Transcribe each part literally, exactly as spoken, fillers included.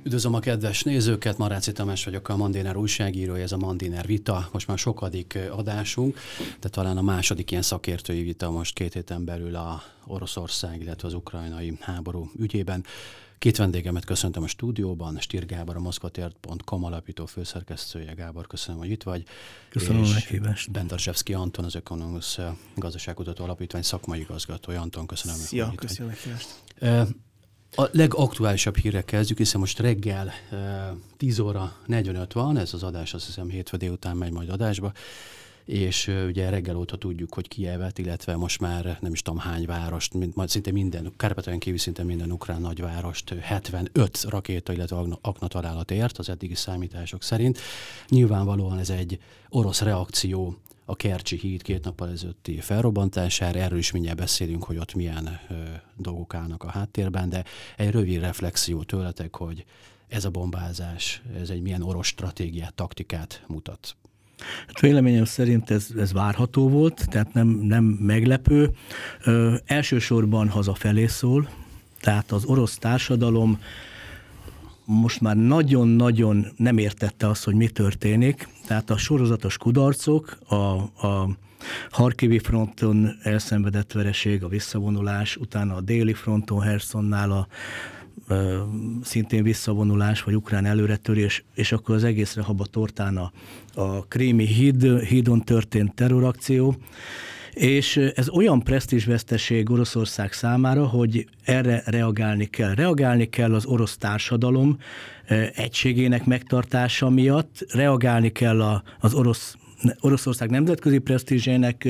Üdvözlöm a kedves nézőket, Maráci Tamás vagyok, a Mandiner újságírója, ez a Mandiner vita, most már sokadik adásunk, de talán a második ilyen szakértői vita most két héten belül a Oroszország, illetve az ukrajnai háború ügyében. Két vendégemet köszöntöm a stúdióban, Stier Gábor, a moszkvatért pont com alapító főszerkesztője. Gábor, köszönöm, hogy itt vagy. Köszönöm a meghívást. Bendarzsevszky Anton, az Economos gazdaságkutató alapítvány szakmai igazgatója. Anton, köszönöm. Szia, köszönöm a meghívást. A legaktuálisabb hírre kezdjük, hiszen most reggel tíz óra negyvenöt van, ez az adás azt hiszem hétfő délután megy majd adásba, és ugye reggel óta tudjuk, hogy Kijevet, illetve most már nem is tudom hány várost, mind, szinte minden, Kárpátalján kívül szinte minden ukrán nagyvárost hetvenöt rakéta, illetve aknatalálat ért az eddigi számítások szerint. Nyilvánvalóan ez egy orosz reakció a Kercsi híd két nappal ezelőtti felrobbantására. Erről is mindjárt beszélünk, hogy ott milyen ö, dolgok állnak a háttérben, de egy rövid reflexió tőletek, hogy ez a bombázás, ez egy milyen orosz stratégiát, taktikát mutat. Hát véleményem szerint ez, ez várható volt, tehát nem, nem meglepő. Ö, elsősorban hazafelé szól, tehát az orosz társadalom most már nagyon-nagyon nem értette azt, hogy mi történik. Tehát a sorozatos kudarcok, a, a Harkivi fronton elszenvedett vereség, a visszavonulás, utána a déli fronton, Hersonnál a ö, szintén visszavonulás, vagy ukrán előretörés, és akkor az egészre haba tortán a, a krími híd, hídon történt terrorakció. És ez olyan presztízsveszteség Oroszország számára, hogy erre reagálni kell. Reagálni kell az orosz társadalom egységének megtartása miatt, reagálni kell a, az orosz, Oroszország nemzetközi presztízsének,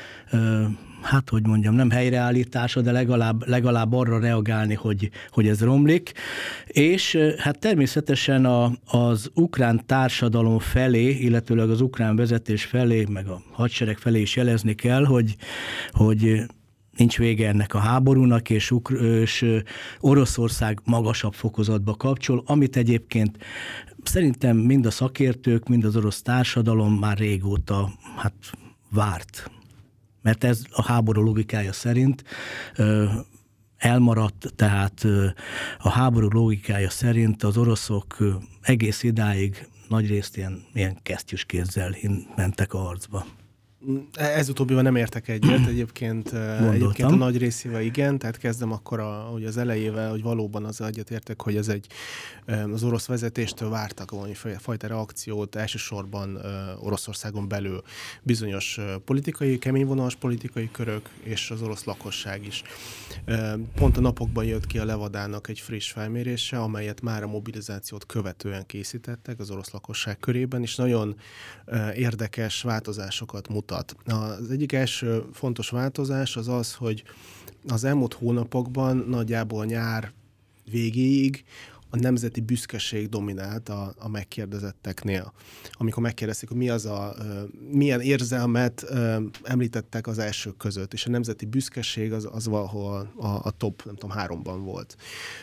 hát hogy mondjam, nem helyreállítása, de legalább, legalább arra reagálni, hogy, hogy ez romlik. És hát természetesen a, az ukrán társadalom felé, illetőleg az ukrán vezetés felé, meg a hadsereg felé is jelezni kell, hogy, hogy nincs vége ennek a háborúnak, és, Ukr- és Oroszország magasabb fokozatba kapcsol, amit egyébként szerintem mind a szakértők, mind az orosz társadalom már régóta hát várt. Mert ez a háború logikája szerint ö, elmaradt, tehát ö, a háború logikája szerint az oroszok ö, egész idáig nagyrészt ilyen, ilyen kesztyűskézzel mentek a harcba. Ez utóbbival nem értek egyet, egyébként, egyébként a nagy részével igen, tehát kezdem akkor a, hogy az elejével, hogy valóban az egyet értek, hogy ez egy, az orosz vezetéstől vártak valami fajta reakciót, elsősorban Oroszországon belül bizonyos politikai, keményvonalas politikai körök és az orosz lakosság is. Pont a napokban jött ki a Levadának egy friss felmérése, amelyet már a mobilizációt követően készítettek az orosz lakosság körében, és nagyon érdekes változásokat mutat. Az egyik első fontos változás az az, hogy az elmúlt hónapokban nagyjából nyár végéig a nemzeti büszkeség dominált a, a megkérdezetteknél. Amikor megkérdezték, hogy mi az a, milyen érzelmet említettek az elsők között, és a nemzeti büszkeség az, az valahol a, a top, nem tudom, háromban volt.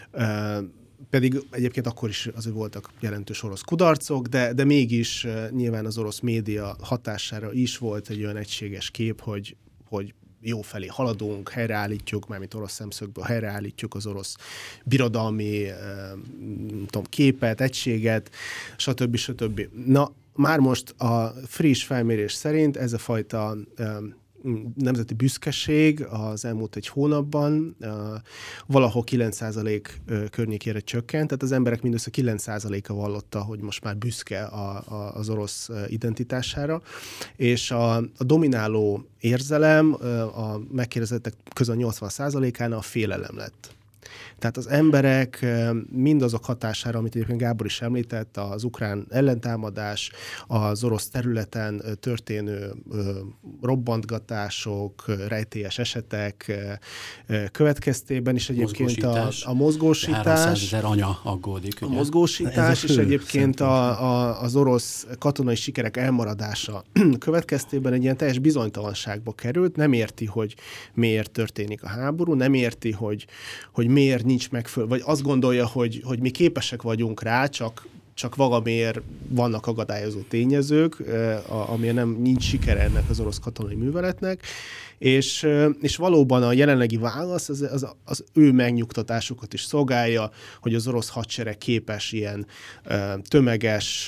Pedig egyébként akkor is azért voltak jelentős orosz kudarcok, de, de mégis nyilván az orosz média hatására is volt egy olyan egységes kép, hogy, hogy jó felé haladunk, helyreállítjuk, mármint orosz szemszögből helyreállítjuk az orosz birodalmi nem tudom, képet, egységet, stb. stb. Na, már most a friss felmérés szerint ez a fajta nemzeti büszkeség az elmúlt egy hónapban uh, valahol kilenc százalék uh, környékére csökkent, tehát az emberek mindössze kilenc százaléka vallotta, hogy most már büszke a, a, az orosz identitására, és a, a domináló érzelem uh, a megkérdezettek közül nyolcvan százalékánál a félelem lett. Tehát az emberek mindazok hatására, amit egyébként Gábor is említett, az ukrán ellentámadás, az orosz területen történő robbantgatások, rejtélyes esetek következtében is egyébként a, a mozgósítás. háromszázezer anya aggódik. Ugye? A mozgósítás és egyébként a, a, az orosz katonai sikerek elmaradása következtében egy ilyen teljes bizonytalanságba került, nem érti, hogy miért történik a háború, nem érti, hogy, hogy miért nincs megfelelő, vagy azt gondolja, hogy, hogy mi képesek vagyunk rá, csak csak valamiért vannak akadályozó tényezők, amilyen nem nincs sikere ennek az orosz katonai műveletnek, és, és valóban a jelenlegi válasz az, az, az ő megnyugtatásukat is szolgálja, hogy az orosz hadsereg képes ilyen tömeges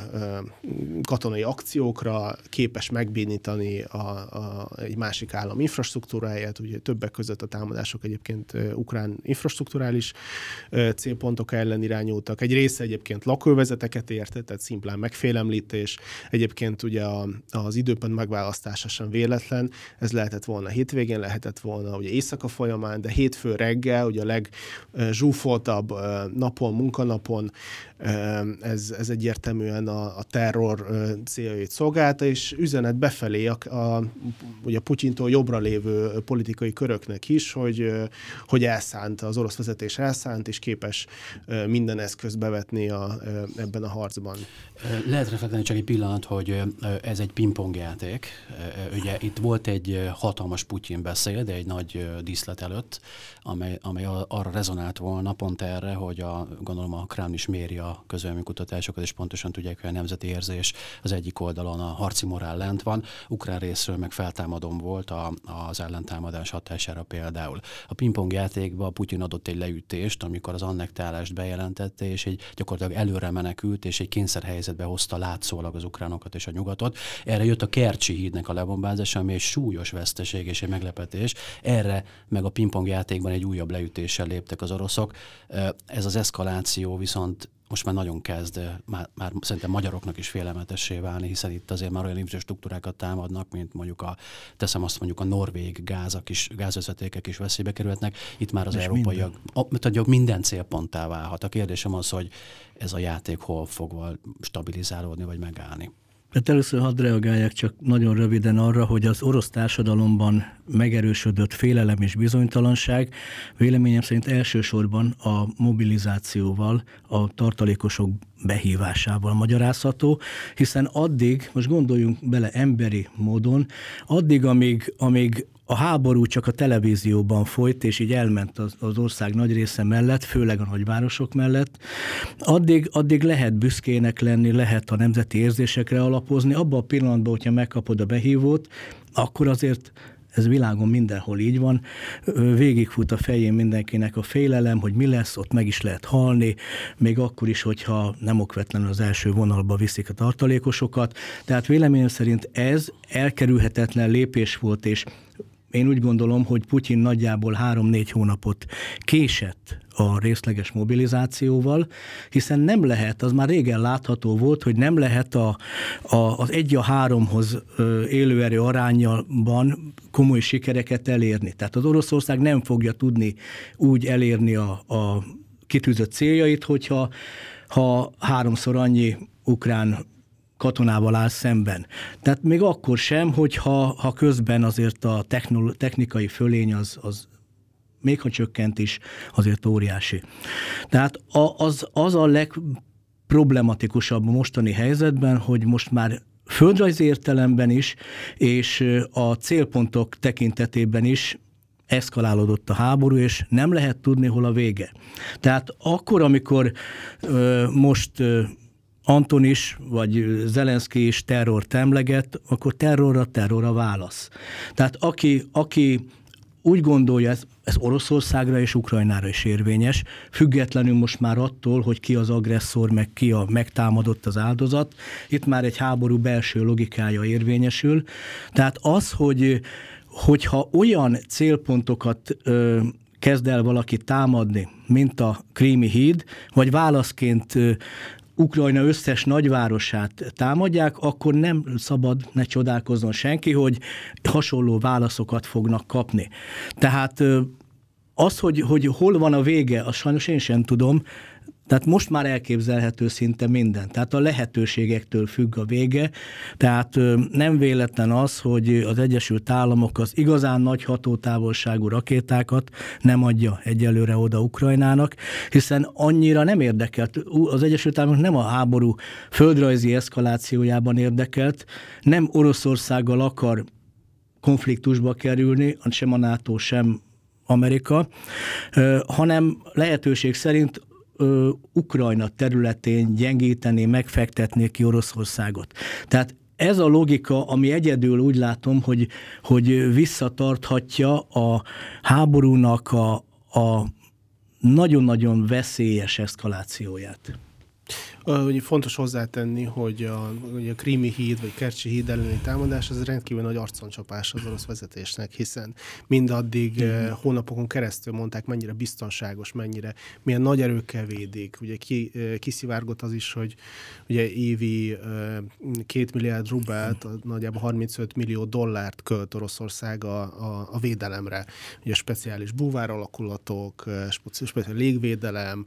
katonai akciókra, képes megbénítani a, a, egy másik állam infrastruktúráját, ugye többek között a támadások egyébként ukrán infrastrukturális célpontok ellen irányultak. Egy része egyébként lakóvezeteket érte, tehát szimplán megfélemlítés. Egyébként ugye a, az időpont megválasztása sem véletlen, ez lehetett volna hétvégén, lehetett volna ugye éjszaka folyamán, de hétfő reggel, ugye a legzsúfoltabb napon, munkanapon, ez, ez egyértelműen a, a terror céljait szolgálta, és üzenet befelé a, a, ugye a Putyintól jobbra lévő politikai köröknek is, hogy, hogy elszánt, az orosz vezetés elszánt, és képes minden eszközt bevetni a, ebben a harcban. Lehet reflektálni csak egy pillanat, hogy ez egy pingpongjáték. Ugye itt volt egy hatalmas Putyin beszéd, de egy nagy díszlet előtt, amely, amely arra rezonált volna pont erre, hogy a, gondolom a Kreml is méri a közvéleménykutatásokat, és pontosan tudják, hogy a nemzeti érzés az egyik oldalon a harci morál lent van, ukrán részről meg feltámadom volt a, az ellentámadás hatására például. A pingpongjátékban Putyin adott egy leütést, amikor az annektálást bejelentette, és egy gyakorlatilag előre menekült, és egy kényszerhelyzetbe hozta látszólag az ukránokat és a nyugatot. Erre jött a Kercsi hídnek a lebombázása, ami egy súlyos veszteség és egy meglepetés. Erre meg a pingpongjátékban egy újabb leütéssel léptek az oroszok. Ez az eszkaláció viszont most már nagyon kezd, már, már szerintem magyaroknak is félelmetessé válni, hiszen itt azért már olyan infrastruktúrákat támadnak, mint mondjuk a, teszem azt mondjuk a norvég gázak is, gázvezetékek is veszélybe kerülhetnek. Itt már az és európaiak minden. minden célponttá válhat. A kérdésem az, hogy ez a játék hol fog stabilizálódni, vagy megállni. Hát először hadd reagáljak csak nagyon röviden arra, hogy az orosz társadalomban megerősödött félelem és bizonytalanság véleményem szerint elsősorban a mobilizációval, a tartalékosok behívásával magyarázható, hiszen addig, most gondoljunk bele emberi módon, addig, amíg, amíg a háború csak a televízióban folyt, és így elment az, az ország nagy része mellett, főleg a nagyvárosok mellett, addig, addig lehet büszkének lenni, lehet a nemzeti érzésekre alapozni. Abban a pillanatban, hogyha megkapod a behívót, akkor azért ez világon mindenhol így van, végigfut a fején mindenkinek a félelem, hogy mi lesz, ott meg is lehet halni, még akkor is, hogyha nem okvetlenül az első vonalba viszik a tartalékosokat. Tehát véleményem szerint ez elkerülhetetlen lépés volt, és én úgy gondolom, hogy Putyin nagyjából három-négy hónapot késett a részleges mobilizációval, hiszen nem lehet, az már régen látható volt, hogy nem lehet a, a, az egy a háromhoz élőerő arányban komoly sikereket elérni. Tehát az Oroszország nem fogja tudni úgy elérni a, a kitűzött céljait, hogyha ha háromszor annyi ukrán katonával áll szemben. Tehát még akkor sem, hogyha ha közben azért a technolo- technikai fölény az, az még ha csökkent is, azért óriási. Tehát a, az, az a legproblematikusabb a mostani helyzetben, hogy most már földrajzi értelemben is, és a célpontok tekintetében is eszkalálódott a háború, és nem lehet tudni, hol a vége. Tehát akkor, amikor ö, most ö, Anton is, vagy Zelenszky is terrort emleget, akkor terrorra terrorra válasz. Tehát aki, aki úgy gondolja, ez, ez Oroszországra és Ukrajnára is érvényes, függetlenül most már attól, hogy ki az agresszor, meg ki a megtámadott az áldozat, itt már egy háború belső logikája érvényesül. Tehát az, hogy hogyha olyan célpontokat ö, kezd el valaki támadni, mint a Krími híd, vagy válaszként ö, Ukrajna összes nagyvárosát támadják, akkor nem szabad, ne csodálkozzon senki, hogy hasonló válaszokat fognak kapni. Tehát az, hogy, hogy hol van a vége, azt sajnos én sem tudom, tehát most már elképzelhető szinte minden. Tehát a lehetőségektől függ a vége. Tehát nem véletlen az, hogy az Egyesült Államok az igazán nagy hatótávolságú rakétákat nem adja egyelőre oda Ukrajnának, hiszen annyira nem érdekelt. Az Egyesült Államok nem a háború földrajzi eszkalációjában érdekelt, nem Oroszországgal akar konfliktusba kerülni, sem a NATO, sem Amerika, hanem lehetőség szerint ö, Ukrajna területén gyengítené, megfektetné ki Oroszországot. Tehát ez a logika, ami egyedül úgy látom, hogy, hogy visszatarthatja a háborúnak a, a nagyon-nagyon veszélyes eszkalációját. Ugye fontos hozzátenni, hogy a, ugye a Krími híd vagy Kercsi híd elleni támadás az rendkívül nagy arconcsapás az orosz vezetésnek, hiszen mindaddig mm. hónapokon keresztül mondták, mennyire biztonságos, mennyire, milyen nagy erőkkel védik. Ugye ki, kiszivárgott az is, hogy ugye évi két milliárd rubelt, nagyjából harmincöt millió dollárt költ Oroszország a, a, a védelemre. Ugye speciális búváralakulatok, speciális légvédelem,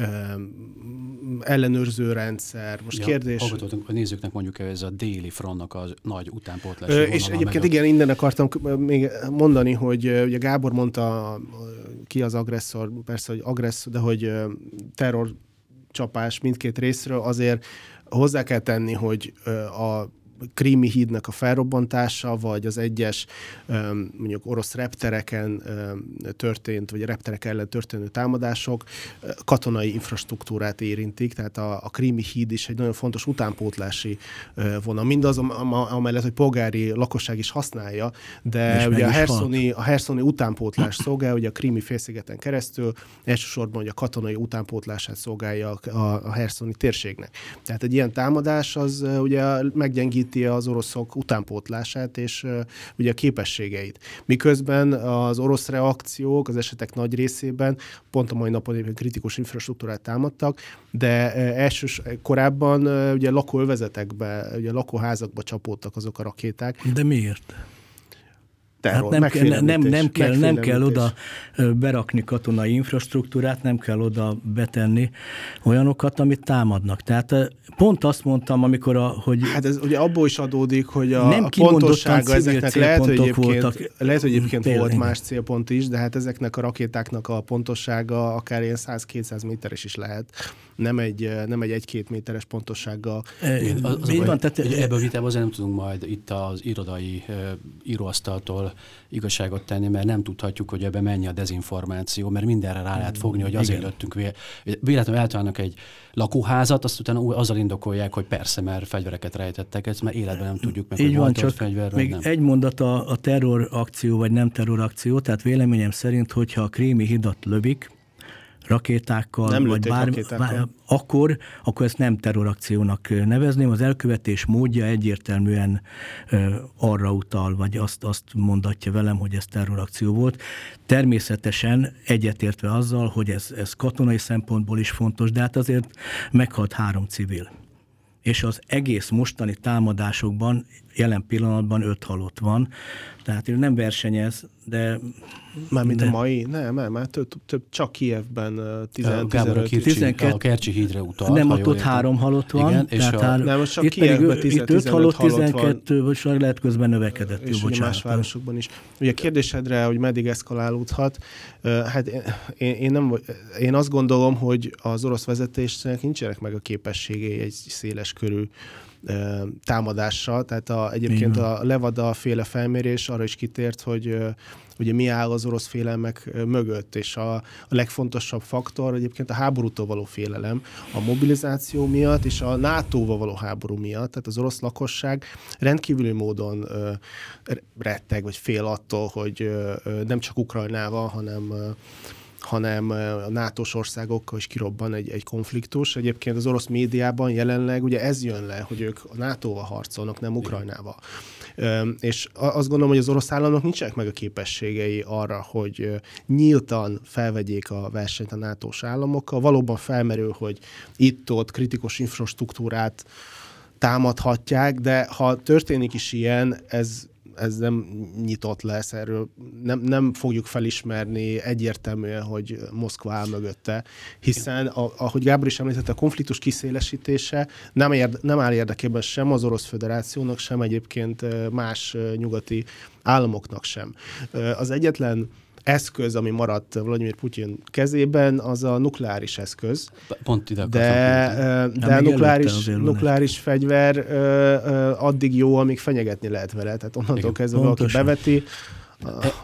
ellenőrző rendszer. Most ja, kérdés... Hallgatók, a nézőknek mondjuk ez a déli frontnak az nagy utánpótlási vonala. És egyébként igen, innen akartam még mondani, hogy ugye Gábor mondta, ki az agresszor, persze, hogy agresszor, de hogy terrorcsapás mindkét részről, azért hozzá kell tenni, hogy a Krími hídnak a felrobbantása, vagy az egyes mondjuk orosz reptereken történt, vagy a repterek ellen történő támadások katonai infrastruktúrát érintik, tehát a, a Krími híd is egy nagyon fontos utánpótlási vonal. Mindaz, amellett, hogy polgári lakosság is használja, de és ugye a herszoni, a herszoni utánpótlás szolgál, ugye a Krími félszigeten keresztül, elsősorban ugye a katonai utánpótlását szolgálja a, a herszoni térségnek. Tehát egy ilyen támadás az ugye meggyengít az oroszok utánpótlását és uh, ugye a képességeit. Miközben az orosz reakciók az esetek nagy részében pont a mai napon kritikus infrastruktúrát támadtak, de uh, elsős korábban uh, ugye lakóövezetekbe, ugye lakóházakba csapódtak azok a rakéták. De miért? Terror, hát nem, kell, nem, nem, kell, nem kell oda berakni katonai infrastruktúrát, nem kell oda betenni olyanokat, amit támadnak. Tehát pont azt mondtam, amikor a, hogy... Hát ez ugye abból is adódik, hogy a, a pontossága ezeknek lehet, hogy egyébként, voltak, lehet, hogy egyébként volt más célpont is, de hát ezeknek a rakétáknak a pontossága akár ilyen száz-kétszáz méteres is lehet. Nem egy, nem egy egy-két méteres pontossággal. Igen, az, az van, tehát ebből a vitában azért nem tudunk majd itt az irodai uh, íróasztaltól igazságot tenni, mert nem tudhatjuk, hogy ebben mennyi a dezinformáció, mert mindenre rá lehet fogni, hogy azért lőttünk véletlenül eltalálnak egy lakóházat, azt utána azzal indokolják, hogy persze, mert fegyvereket rejtettek, ezt már életben nem tudjuk meg, így hogy van, volt csak fegyver, még nem. Egy mondat a, a terrorakció, vagy nem terrorakció, tehát véleményem szerint, hogyha a Krími hidat lövik, rakétákkal, nem vagy bármi, bár, akkor, akkor ezt nem terrorakciónak nevezném. Az elkövetés módja egyértelműen ö, arra utal, vagy azt, azt mondatja velem, hogy ez terrorakció volt. Természetesen egyetértve azzal, hogy ez, ez katonai szempontból is fontos, de hát azért meghalt három civil. És az egész mostani támadásokban jelen pillanatban öt halott van. Tehát nem versenyez, de... Mármint a mai? Nem, nem, már több, több csak Kijevben tizenkettő a Kercsi hídre utalt. Nem, ott, ott három halott van. Igen, és a, nem, most csak itt Kijevben pedig itt öt halott, tizenkettő, vagy lehet közben növekedett. És ugye más városokban is. Ugye a kérdésedre, hogy meddig eszkalálódhat, hát én, én, nem, én azt gondolom, hogy az orosz vezetésnek nincsenek meg a képességei egy széles körű támadással, tehát a, egyébként a Levada féle felmérés arra is kitért, hogy ugye mi áll az orosz félelmek mögött, és a, a legfontosabb faktor egyébként a háborútól való félelem, a mobilizáció miatt és a nátóval való háború miatt, tehát az orosz lakosság rendkívüli módon ö, retteg, vagy fél attól, hogy ö, nem csak Ukrajnával, hanem ö, hanem a nátós országokkal is kirobban egy, egy konfliktus. Egyébként az orosz médiában jelenleg ugye ez jön le, hogy ők a nátóval harcolnak, nem Ukrajnával. Üm, és azt gondolom, hogy az orosz államnak nincsenek meg a képességei arra, hogy nyíltan felvegyék a versenyt a nátós államokkal. Valóban felmerül, hogy itt-ott kritikus infrastruktúrát támadhatják, de ha történik is ilyen, ez ez nem nyitott lesz, erről nem, nem fogjuk felismerni egyértelműen, hogy Moszkva áll mögötte, hiszen, a, ahogy Gábor is említette, a konfliktus kiszélesítése nem, érde, nem áll érdekében sem az Orosz Föderációnak, sem egyébként más nyugati államoknak sem. Az egyetlen eszköz, ami maradt Vladimir Putyin kezében, az a nukleáris eszköz. Pont ide de, de a nukleáris, nukleáris fegyver ö, ö, addig jó, amíg fenyegetni lehet vele. Tehát onnantól kezdve valaki beveti.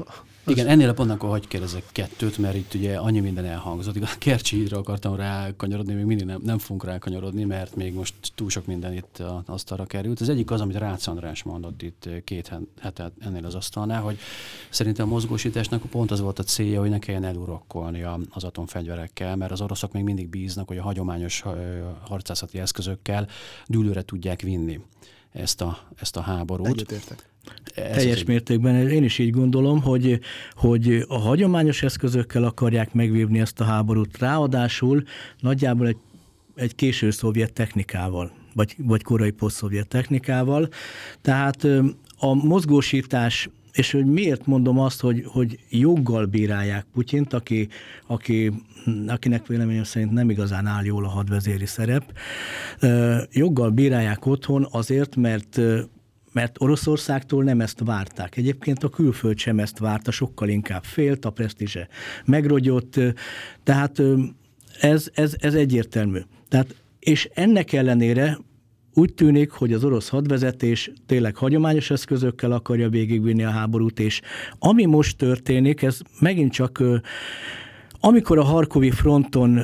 Igen, ennél a pontnak, akkor hagyj kérdezek kettőt, mert itt ugye annyi minden elhangzott. A Kercsi hídra akartam rákanyarodni, még mindig nem, nem fogunk rákanyarodni, mert még most túl sok minden itt az asztalra került. Az egyik az, amit Rácz András mondott itt két hetet ennél az asztalnál, hogy szerintem a mozgósításnak pont az volt a célja, hogy ne kelljen elurokkolni az atomfegyverekkel, mert az oroszok még mindig bíznak, hogy a hagyományos harcászati eszközökkel dűlőre tudják vinni ezt a, ezt a háborút. Egyetértek. Ez Teljes egy... mértékben. Én is így gondolom, hogy, hogy a hagyományos eszközökkel akarják megvívni ezt a háborút. Ráadásul nagyjából egy, egy késő szovjet technikával, vagy, vagy korai posztszovjet technikával. Tehát a mozgósítás, és hogy miért mondom azt, hogy, hogy joggal bírálják Putyint, aki, aki, akinek véleményem szerint nem igazán áll jól a hadvezéri szerep, joggal bírálják otthon azért, mert mert Oroszországtól nem ezt várták. Egyébként a külföld sem ezt várta, sokkal inkább félt, a presztízse megrogyott, tehát ez, ez, ez egyértelmű. Tehát, és ennek ellenére úgy tűnik, hogy az orosz hadvezetés tényleg hagyományos eszközökkel akarja végigvinni a háborút, és ami most történik, ez megint csak, amikor a harkovi fronton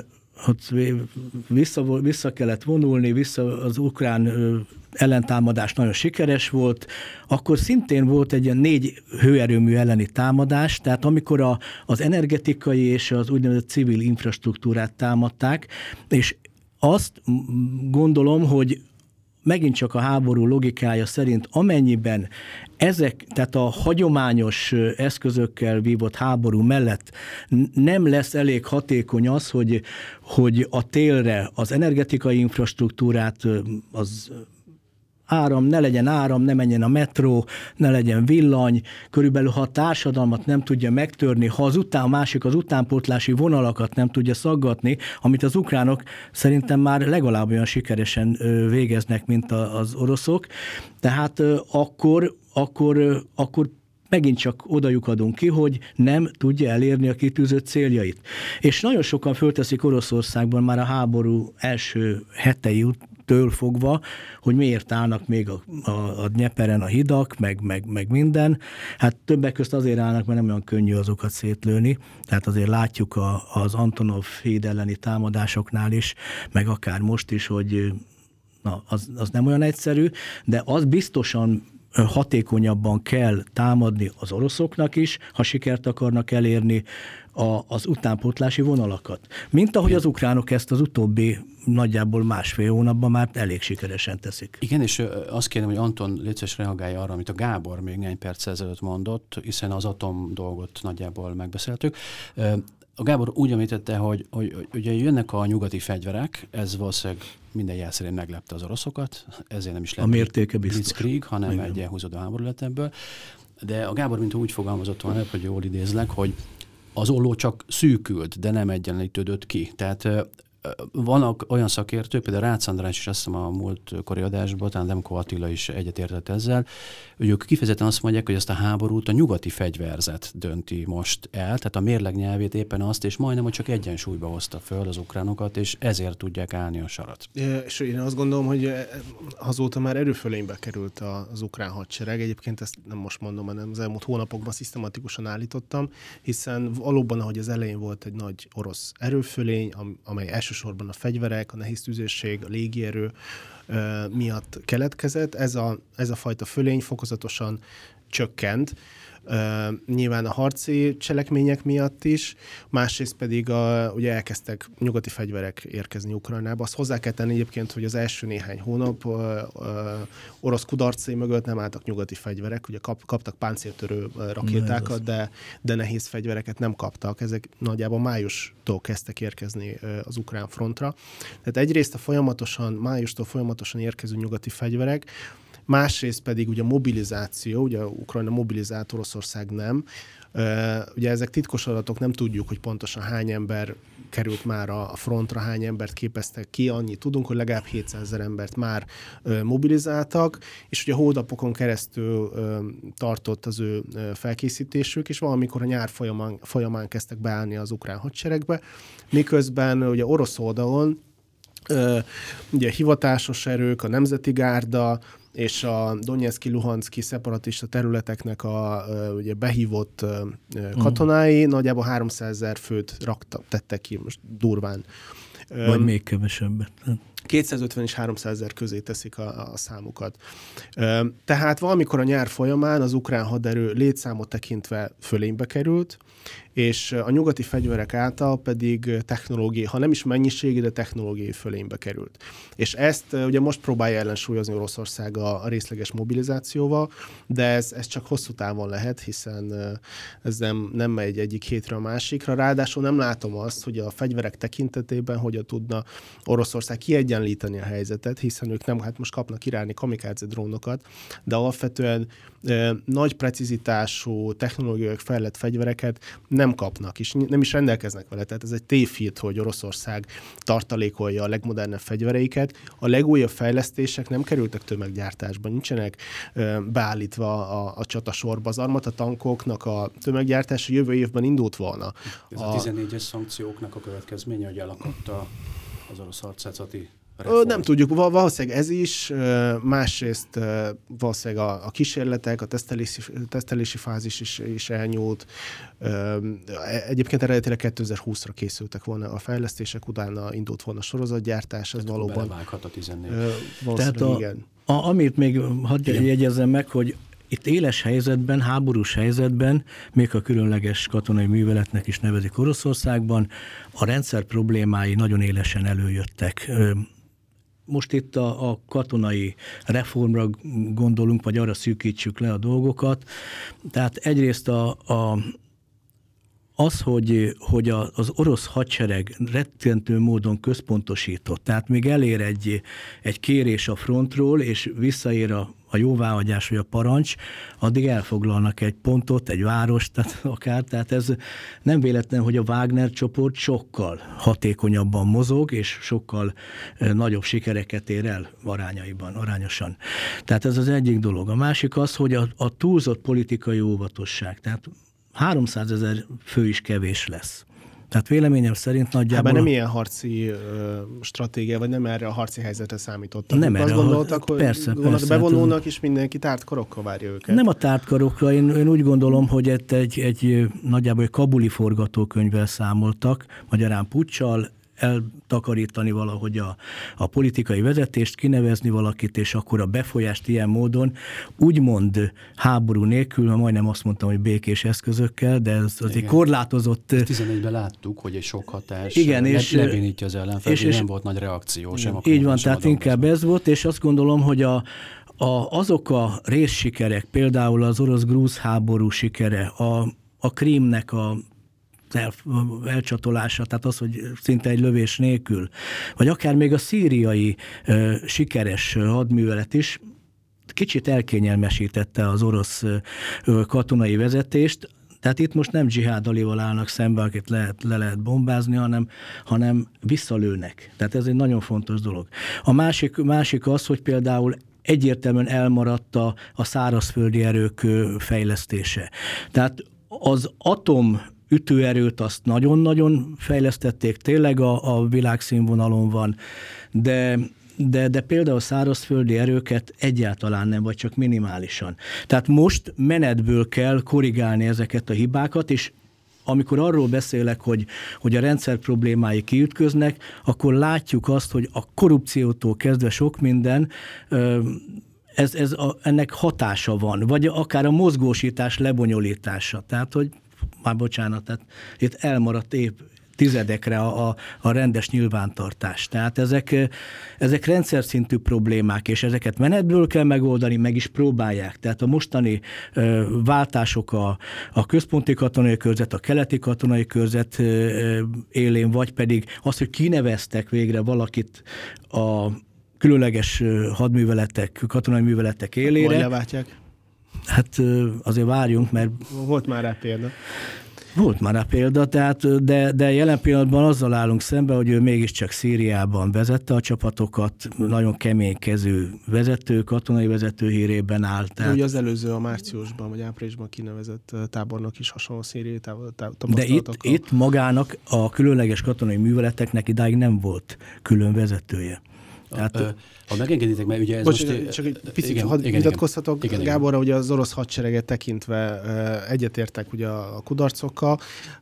vissza, vissza kellett vonulni, vissza az ukrán ellentámadás nagyon sikeres volt, akkor szintén volt egy ilyen négy hőerőmű elleni támadás, tehát amikor a, az energetikai és az úgynevezett civil infrastruktúrát támadták, és azt gondolom, hogy megint csak a háború logikája szerint, amennyiben ezek, tehát a hagyományos eszközökkel vívott háború mellett nem lesz elég hatékony az, hogy, hogy a télre az energetikai infrastruktúrát, az áram, ne legyen áram, ne menjen a metró, ne legyen villany, körülbelül ha a társadalmat nem tudja megtörni, ha az után, a másik az utánpótlási vonalakat nem tudja szaggatni, amit az ukránok szerintem már legalább olyan sikeresen végeznek, mint az oroszok, tehát akkor, akkor, akkor megint csak odajuk adunk ki, hogy nem tudja elérni a kitűzött céljait. És nagyon sokan fölteszik Oroszországban már a háború első hetei től fogva, hogy miért állnak még a, a, a Dnyeperen a hidak, meg, meg, meg minden. Hát többek közt azért állnak, mert nem olyan könnyű azokat szétlőni. Tehát azért látjuk a, az Antonov híd elleni támadásoknál is, meg akár most is, hogy na, az, az nem olyan egyszerű, de az biztosan hatékonyabban kell támadni az oroszoknak is, ha sikert akarnak elérni a, az utánpótlási vonalakat. Mint ahogy az ukránok ezt az utóbbi nagyjából másfél hónapban már elég sikeresen teszik. Igen, és azt kérem, hogy Anton légy szíves reagálja arra, amit a Gábor még néhány perc ezelőtt mondott, hiszen az atom dolgot nagyjából megbeszéltük. A Gábor úgy említette, hogy, hogy, hogy ugye jönnek a nyugati fegyverek, ez valószínűleg minden jel szerint meglepte az oroszokat, ezért nem is lett a mértéke biztos. Blitzkrieg, hanem igen. egy elhúzódó háború lett ebből. De a Gábor mint úgy fogalmazott volna, hogy jól idézlek, hogy az olló csak szűkült, de nem egyenlítődött ki. Tehát vannak olyan szakértők, például Rácz András is azt hiszem a múltkori adásban, talán Demko Attila is egyetértett ezzel, hogy ők kifejezetten azt mondják, hogy ezt a háborút a nyugati fegyverzet dönti most el, tehát a mérleg nyelvét éppen azt, és majdnem, hogy csak egyensúlyba hozta föl az ukránokat, és ezért tudják állni a sarat. És én azt gondolom, hogy azóta már erőfölénybe került az ukrán hadsereg. Egyébként ezt nem most mondom, hanem az elmúlt hónapokban szisztematikusan állítottam, hiszen valóban, ahogy az elején volt egy nagy orosz erőfölény, amely elsősorban a fegyverek, a nehéztüzérség, a légierő uh, miatt keletkezett. Ez a, ez a fajta fölény fokozatosan csökkent. Uh, nyilván a harci cselekmények miatt is, másrészt pedig a, ugye elkezdtek nyugati fegyverek érkezni Ukrajnába. Azt hozzá kell tenni egyébként, hogy az első néhány hónap uh, uh, orosz kudarcai mögött nem álltak nyugati fegyverek, ugye kap, kaptak páncéltörő uh, rakétákat, de, de nehéz fegyvereket nem kaptak. Ezek nagyjából májustól kezdtek érkezni uh, az ukrán frontra. Tehát egyrészt a folyamatosan, májustól folyamatosan érkező nyugati fegyverek, másrészt pedig ugye a mobilizáció, ugye Ukrajna mobilizált, Oroszország nem. Ugye ezek titkos adatok, nem tudjuk, hogy pontosan hány ember került már a frontra, hány embert képeztek ki, annyit tudunk, hogy legalább hétszázezer embert már mobilizáltak, és ugye hónapokon keresztül tartott az ő felkészítésük, és valamikor a nyár folyamán, folyamán kezdtek beállni az ukrán hadseregbe, miközben ugye orosz oldalon ugye hivatásos erők, a Nemzeti Gárda, és a Donetszki-Luhanszki szeparatista területeknek a ugye behívott katonái mm. nagyjából háromszázezer főt rakta, tettek ki most durván. Vagy um, még kevesebbet. kétszázötven és háromszázezer közé teszik a, a számukat. Tehát valamikor a nyár folyamán az ukrán haderő létszámot tekintve fölénybe került, és a nyugati fegyverek által pedig technológiai, ha nem is mennyiségi, de technológiai fölénybe került. És ezt ugye most próbálja ellensúlyozni Oroszország a, a részleges mobilizációval, de ez, ez csak hosszú távon lehet, hiszen ez nem, nem megy egyik hétre a másikra. Ráadásul nem látom azt, hogy a fegyverek tekintetében hogyan tudna Oroszország kiegyenlíteni a helyzetet, hiszen ők nem, hát most kapnak iráni kamikádze drónokat, de alapvetően e, nagy precizitású, technológiai fejlett fegyvereket nem kapnak, és nem is rendelkeznek vele. Tehát ez egy tévhit, hogy Oroszország tartalékolja a legmodernebb fegyvereiket. A legújabb fejlesztések nem kerültek tömeggyártásba, nincsenek e, beállítva a, a csatasorba. Az armata tankoknak a tömeggyártása jövő évben indult volna. Ez a, a tizennégyes szankcióknak a következménye, hogy elakadt a, az orosz harcászati reform. Nem tudjuk, valószínűleg ez is, másrészt valószínűleg a, a kísérletek, a tesztelési, tesztelési fázis is, is elnyúlt. Egyébként eredetileg kétezer-húszra készültek volna a fejlesztések, utána indult volna a sorozatgyártás, ez valóban. Belevághat a tizennégy. Tehát a, igen. A, amit még hadd jegyezzem meg, hogy itt éles helyzetben, háborús helyzetben, még a különleges katonai műveletnek is nevezik Oroszországban, a rendszer problémái nagyon élesen előjöttek. Most itt a, a katonai reformra gondolunk, vagy arra szűkítsük le a dolgokat. Tehát egyrészt a, a az, hogy, hogy az orosz hadsereg rettentő módon központosított, tehát még elér egy, egy kérés a frontról, és visszaér a, a jóváhagyás vagy a parancs, addig elfoglalnak egy pontot, egy várost, tehát akár. Tehát ez nem véletlen, hogy a Wagner csoport sokkal hatékonyabban mozog, és sokkal nagyobb sikereket ér el arányaiban, arányosan. Tehát ez az egyik dolog. A másik az, hogy a, a túlzott politikai óvatosság, tehát háromszázezer fő is kevés lesz. Tehát véleményem szerint nagyjából... Hát nem ilyen harci uh, stratégia, vagy nem erre a harci helyzetre számítottak. Nem erre. Azt gondoltak, hogy persze, persze, bevonulnak, hát, és mindenki tártkarokkal várja őket. Nem a tártkarokra. Én, én úgy gondolom, hogy egy, egy, egy nagyjából egy kabuli forgatókönyvvel számoltak, magyarán puccsal, eltakarítani valahogy a, a politikai vezetést, kinevezni valakit, és akkor a befolyást ilyen módon, úgymond háború nélkül, ha majdnem azt mondtam, hogy békés eszközökkel, de ez azért igen. korlátozott... tizenegyben láttuk, hogy egy sok hatás igen, és, lebénítja az ellenfél, és, és nem volt nagy reakció sem. Így van, tehát inkább ez volt, és azt gondolom, hogy a, a, azok a részsikerek, például az orosz-grúz háború sikere, a, a Krímnek a El, elcsatolása, tehát az, hogy szinte egy lövés nélkül, vagy akár még a szíriai ö, sikeres hadművelet is kicsit elkényelmesítette az orosz ö, katonai vezetést, tehát itt most nem Dzsihád Alival állnak szembe, akit lehet, le lehet bombázni, hanem, hanem visszalőnek. Tehát ez egy nagyon fontos dolog. A másik, másik az, hogy például egyértelműen elmaradt a, a szárazföldi erők fejlesztése. Tehát az atom ütőerőt azt nagyon-nagyon fejlesztették, tényleg a, a világszínvonalon van, de, de, de például a szárazföldi erőket egyáltalán nem, vagy csak minimálisan. Tehát most menetből kell korrigálni ezeket a hibákat, és amikor arról beszélek, hogy, hogy a rendszer problémái kiütköznek, akkor látjuk azt, hogy a korrupciótól kezdve sok minden, ez, ez a, ennek hatása van, vagy akár a mozgósítás lebonyolítása. Tehát, hogy már bocsánat, tehát itt elmaradt épp tizedekre a, a, a rendes nyilvántartás. Tehát ezek, ezek rendszer szintű problémák, és ezeket menetből kell megoldani, meg is próbálják. Tehát a mostani ö, váltások a, a központi katonai körzet, a keleti katonai körzet ö, élén, vagy pedig az, hogy kineveztek végre valakit a különleges hadműveletek, katonai műveletek élére. Vagy leváltják? Hát azért várjunk, mert... Volt már rá példa. Volt már rá példa, tehát, de, de jelen pillanatban azzal állunk szembe, hogy ő mégiscsak Szíriában vezette a csapatokat, nagyon keménykezű vezető, katonai vezető hírében áll. Tehát... Ugye az előző a márciusban vagy áprilisban kinevezett tábornok is hasonló szíriai tapasztalatokkal. De itt, itt magának a különleges katonai műveleteknek idáig nem volt külön vezetője. Tehát, a, ha megengeditek, mert ugye ez Bocs, most... csak egy picit igen, hadd igen, vitatkozhatok. igen, Gáborra, ugye az orosz hadsereget tekintve egyetértek ugye a kudarcokkal,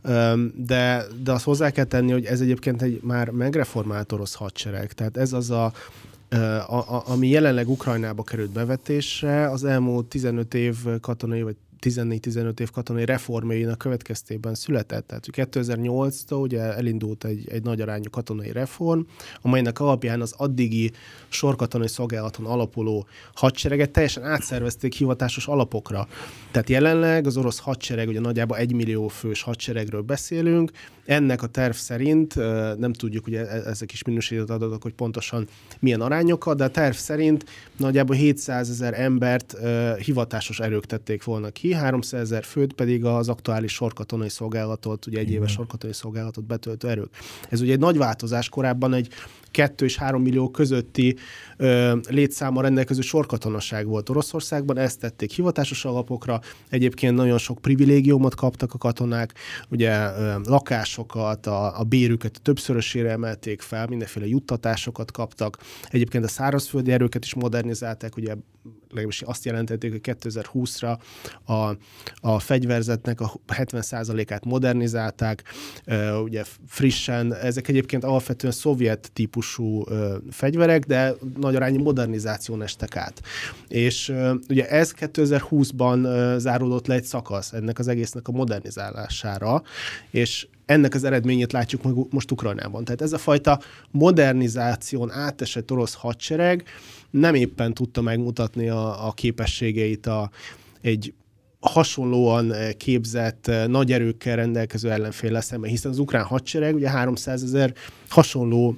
de, de azt hozzá kell tenni, hogy ez egyébként egy már megreformált orosz hadsereg. Tehát ez az a A, a, ami jelenleg Ukrajnába került bevetésre, az elmúlt tizenöt év katonai, vagy tizennégy-tizenöt év katonai reformjainak következtében született. Tehát kétezer-nyolctól ugye elindult egy, egy nagy arányú katonai reform, amelynek alapján az addigi sorkatonai szolgálaton alapuló hadsereget teljesen átszervezték hivatásos alapokra. Tehát jelenleg az orosz hadsereg, ugye nagyjából egy millió fős hadseregről beszélünk, ennek a terv szerint, nem tudjuk, ugye ezek is minősített adatok, hogy pontosan milyen arányokat, de a terv szerint nagyjából hétszázezer embert hivatásos erők tették volna ki, háromszázezer főt pedig az aktuális sorkatonai szolgálatot, ugye egy éves sorkatonai szolgálatot betöltő erők. Ez ugye egy nagy változás, korábban egy kettő és három millió közötti ö, létszámmal rendelkező sorkatonaság volt Oroszországban, ezt tették hivatásos alapokra, egyébként nagyon sok privilégiumot kaptak a katonák, ugye ö, lakásokat, a, a bérüket többszörösére emelték fel, mindenféle juttatásokat kaptak, egyébként a szárazföldi erőket is modernizálták, ugye legalábbis azt jelentették, hogy kétezer-húszra a, a fegyverzetnek a hetven százalékát modernizálták, ö, ugye frissen, ezek egyébként alapvetően szovjet típusú ö, fegyverek, de nagy arányú modernizáción estek át. És ö, ugye ez kétezer-húszban ö, záródott le egy szakasz ennek az egésznek a modernizálására, és ennek az eredményét látjuk most Ukrajnában. Tehát ez a fajta modernizáción átesett orosz hadsereg nem éppen tudta megmutatni a, a képességeit a, egy hasonlóan képzett, nagy erőkkel rendelkező ellenféllel szemben, hiszen az ukrán hadsereg ugye háromszázezer hasonló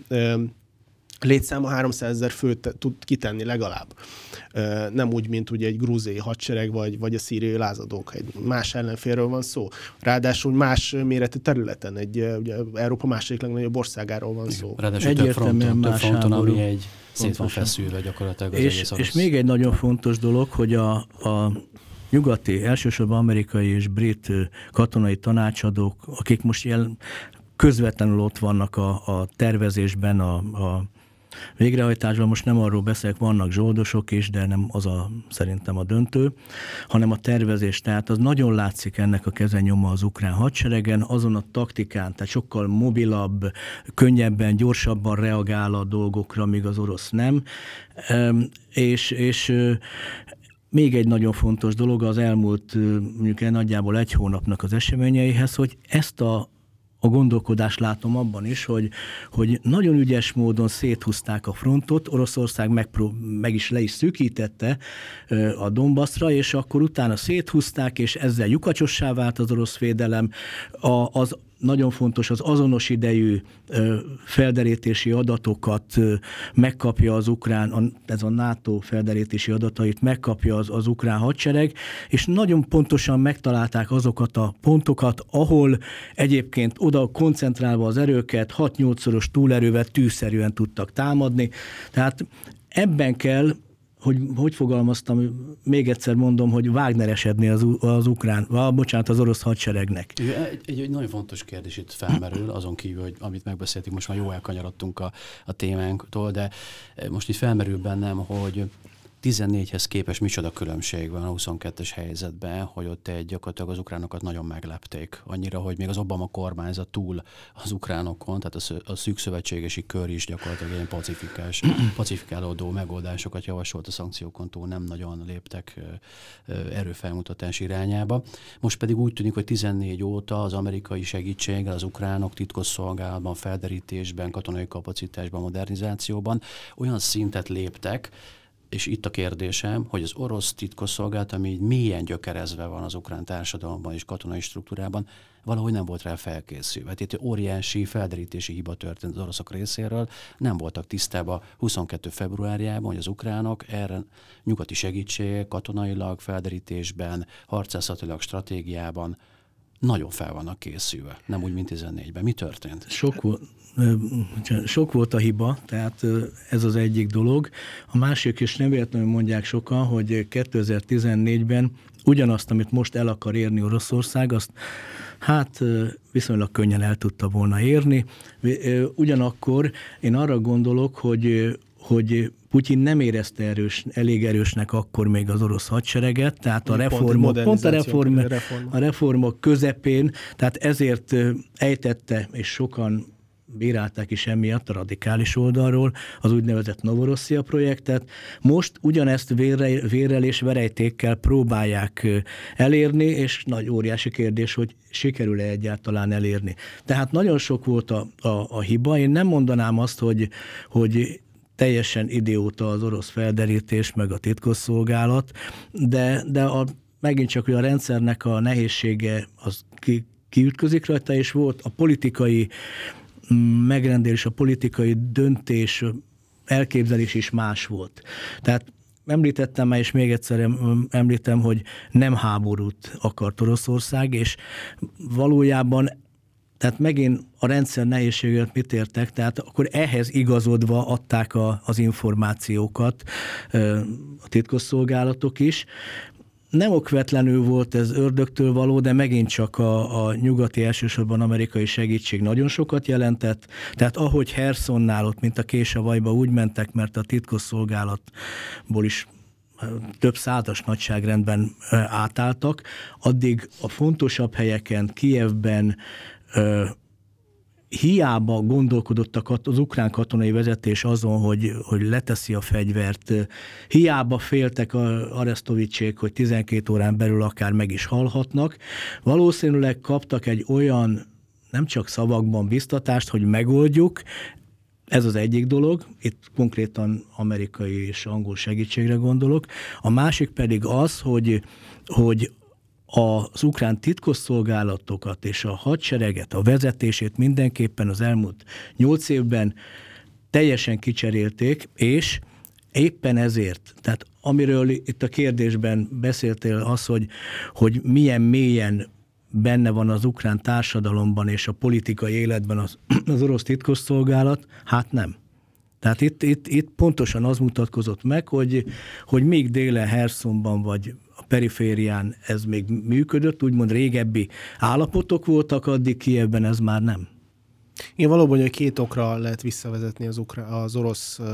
létszáma háromszázezer főt tud kitenni legalább. Nem úgy, mint ugye egy grúziai hadsereg, vagy, vagy a szíriai lázadók. Egy más ellenfélről van szó. Ráadásul más méretű területen, egy ugye, Európa második legnagyobb országáról van szó. Ráadásul több fronton, több fronton, ami egy szét van feszülve gyakorlatilag az és, egész és még egy nagyon fontos dolog, hogy a, a nyugati, elsősorban amerikai és brit katonai tanácsadók, akik most jel, közvetlenül ott vannak a, a tervezésben, a, a végrehajtásban, most nem arról beszélek, vannak zsoldosok is, de nem az a szerintem a döntő, hanem a tervezés. Tehát az nagyon látszik ennek a kezenyoma az ukrán hadseregen, azon a taktikán, tehát sokkal mobilabb, könnyebben, gyorsabban reagál a dolgokra, míg az orosz nem. És, és még egy nagyon fontos dolog az elmúlt mondjuk nagyjából egy hónapnak az eseményeihez, hogy ezt a A gondolkodást látom abban is, hogy, hogy nagyon ügyes módon széthúzták a frontot, Oroszország megpró- meg is le is szűkítette a Donbasszra, és akkor utána széthúzták, és ezzel lyukacsossá vált az orosz védelem. A, az nagyon fontos, az azonos idejű ö, felderítési adatokat ö, megkapja az ukrán, ez a NATO felderítési adatait megkapja az, az ukrán hadsereg, és nagyon pontosan megtalálták azokat a pontokat, ahol egyébként oda koncentrálva az erőket hat-nyolcszoros túlerővel tűszerűen tudtak támadni. Tehát ebben kell, hogy hogy fogalmaztam, még egyszer mondom, hogy Wagneresedni az, az ukrán, ah, bocsánat, az orosz hadseregnek. Egy, egy, egy nagyon fontos kérdés itt felmerül, azon kívül, hogy amit megbeszéltük, most már jó elkanyarodtunk a, a témánktól, de most itt felmerül bennem, hogy tizennégyhez képest micsoda különbség van a huszonkettes helyzetben, hogy ott egy gyakorlatilag az ukránokat nagyon meglepték. Annyira, hogy még az Obama kormányzat túl az ukránokon, tehát a szűk szövetségesi kör is gyakorlatilag ilyen pacifikás, pacifikálódó megoldásokat javasolt a szankciókon túl, nem nagyon léptek erőfelmutatás irányába. Most pedig úgy tűnik, hogy tizennégy óta az amerikai segítséggel az ukránok titkosszolgálatban, felderítésben, katonai kapacitásban, modernizációban olyan szintet léptek, és itt a kérdésem, hogy az orosz titkosszolgálat, ami mélyen gyökerezve van az ukrán társadalomban és katonai struktúrában, valahogy nem volt rá felkészülve. Itt óriási felderítési hiba történt az oroszok részéről, nem voltak tisztában huszonkettő februárjában, hogy az ukránok erre nyugati segítség, katonailag, felderítésben, harcászatilag, stratégiában nagyon fel vannak készülve, nem úgy, mint tizennégyben. Mi történt? Sok volt. Sok volt a hiba, tehát ez az egyik dolog. A másik is nem véletlenül mondják sokan, hogy kétezer-tizennégyben ugyanazt, amit most el akar érni Oroszország, azt hát viszonylag könnyen el tudta volna érni. Ugyanakkor én arra gondolok, hogy hogy Putyin nem érezte erős, elég erősnek akkor még az orosz hadsereget, tehát a reformok, pont, pont a, reform, a reformok közepén, tehát ezért ejtette, és sokan bírálták is emiatt a radikális oldalról az úgynevezett Novorosszia projektet. Most ugyanezt vérre, vérrel és verejtékkel próbálják elérni, és nagy óriási kérdés, hogy sikerül-e egyáltalán elérni. Tehát nagyon sok volt a, a, a hiba. Én nem mondanám azt, hogy, hogy teljesen idióta az orosz felderítés, meg a titkosszolgálat, de, de a, megint csak hogy a rendszernek a nehézsége az ki, kiütközik rajta, és volt a politikai megrendelés, a politikai döntés, elképzelés is más volt. Tehát említettem már, és még egyszer említem, hogy nem háborút akart Oroszország, és valójában tehát megint a rendszer nehézséget mit értek, tehát akkor ehhez igazodva adták a, az információkat a titkosszolgálatok is. Nem okvetlenül volt ez ördögtől való, de megint csak a, a nyugati, elsősorban amerikai segítség nagyon sokat jelentett. Tehát ahogy Hersonnál ott, mint a kés a vajba úgy mentek, mert a titkosszolgálatból is több százas nagyságrendben átálltak, addig a fontosabb helyeken, Kijevben, hiába gondolkodottak az ukrán katonai vezetés azon, hogy, hogy leteszi a fegyvert, hiába féltek a Aresztovicsék, hogy tizenkét órán belül akár meg is halhatnak, valószínűleg kaptak egy olyan, nem csak szavakban biztatást, hogy megoldjuk, ez az egyik dolog, itt konkrétan amerikai és angol segítségre gondolok, a másik pedig az, hogy, hogy az ukrán titkosszolgálatokat és a hadsereget, a vezetését mindenképpen az elmúlt nyolc évben teljesen kicserélték, és éppen ezért, tehát amiről itt a kérdésben beszéltél az, hogy, hogy milyen mélyen benne van az ukrán társadalomban és a politikai életben az, az orosz titkosszolgálat, hát nem. Tehát itt, itt, itt pontosan az mutatkozott meg, hogy, hogy még délen Hersonban vagy a periférián ez még működött, úgymond régebbi állapotok voltak, addig Kijevben ez már nem. Igen, valóban, hogy két okra lehet visszavezetni az, ukra- az orosz uh,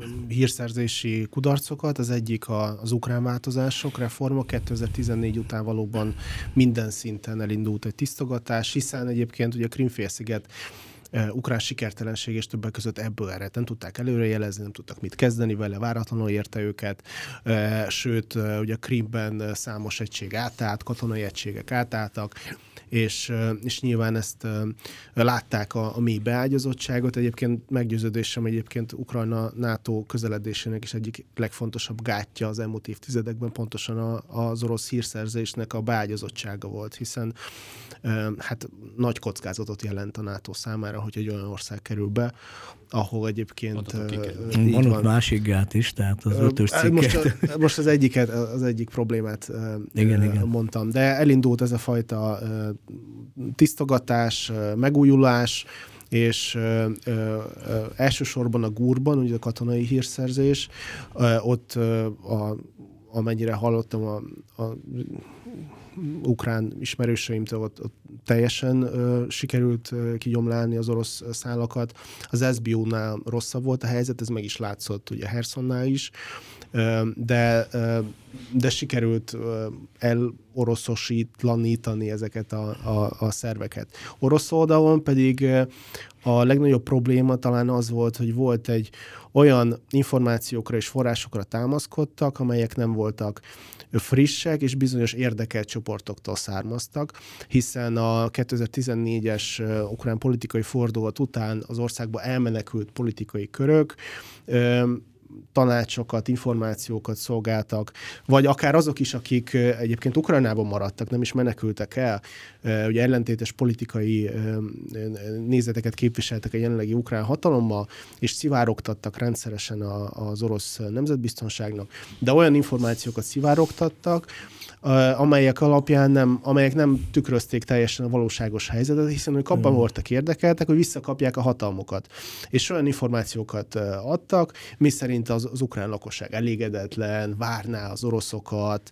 hírszerzési kudarcokat. Az egyik a, az ukrán változások, reformok. kétezer-tizennégy után valóban minden szinten elindult egy tisztogatás, hiszen egyébként ugye a Krím-félsziget Uh, ukrán sikertelenség és többek között ebből ered. Nem tudták előrejelezni, nem tudtak mit kezdeni vele, váratlanul érte őket, uh, sőt, uh, ugye Krímben uh, számos egység átállt, katonai egységek átálltak, és, uh, és nyilván ezt uh, látták a, a mély beágyazottságot. Egyébként meggyőződésem egyébként Ukrajna NATO közeledésének is egyik legfontosabb gátja az elmúlt évtizedekben pontosan a, az orosz hírszerzésnek a beágyazottsága volt, hiszen uh, hát nagy kockázatot jelent a NATO számára, hogy egy olyan ország kerül be, ahol egyébként... Uh, van ott másik gát is, tehát az ötös cikket. Most, most az, egyiket, az egyik problémát igen, uh, igen. mondtam, de elindult ez a fajta uh, tisztogatás, uh, megújulás, és uh, uh, elsősorban a gúrban, ugye a katonai hírszerzés, uh, ott uh, a, amennyire hallottam a, a ukrán ismerőseimtől, ott, ott teljesen ö, sikerült ö, kigyomlálni az orosz szálakat. Az es bé ó-nál rosszabb volt a helyzet, ez meg is látszott ugye Hersonnál is, ö, de, ö, de sikerült ö, eloroszosítlanítani ezeket a, a, a szerveket. Orosz oldalon pedig ö, a legnagyobb probléma talán az volt, hogy volt egy olyan információkra és forrásokra támaszkodtak, amelyek nem voltak frissek, és bizonyos érdekelt csoportoktól származtak, hiszen a kétezer-tizennégyes ukrán politikai fordulat után az országba elmenekült politikai körök tanácsokat, információkat szolgáltak, vagy akár azok is, akik egyébként Ukrajnában maradtak, nem is menekültek el, ugye ellentétes politikai nézeteket képviseltek a jelenlegi ukrán hatalommal, és szivárogtattak rendszeresen az orosz nemzetbiztonságnak, de olyan információkat szivárogtattak, amelyek alapján nem, amelyek nem tükrözték teljesen a valóságos helyzetet, hiszen ők abban hmm. voltak érdekeltek, hogy visszakapják a hatalmukat. És olyan információkat adtak, mi szerint az, az ukrán lakosság elégedetlen, várná az oroszokat,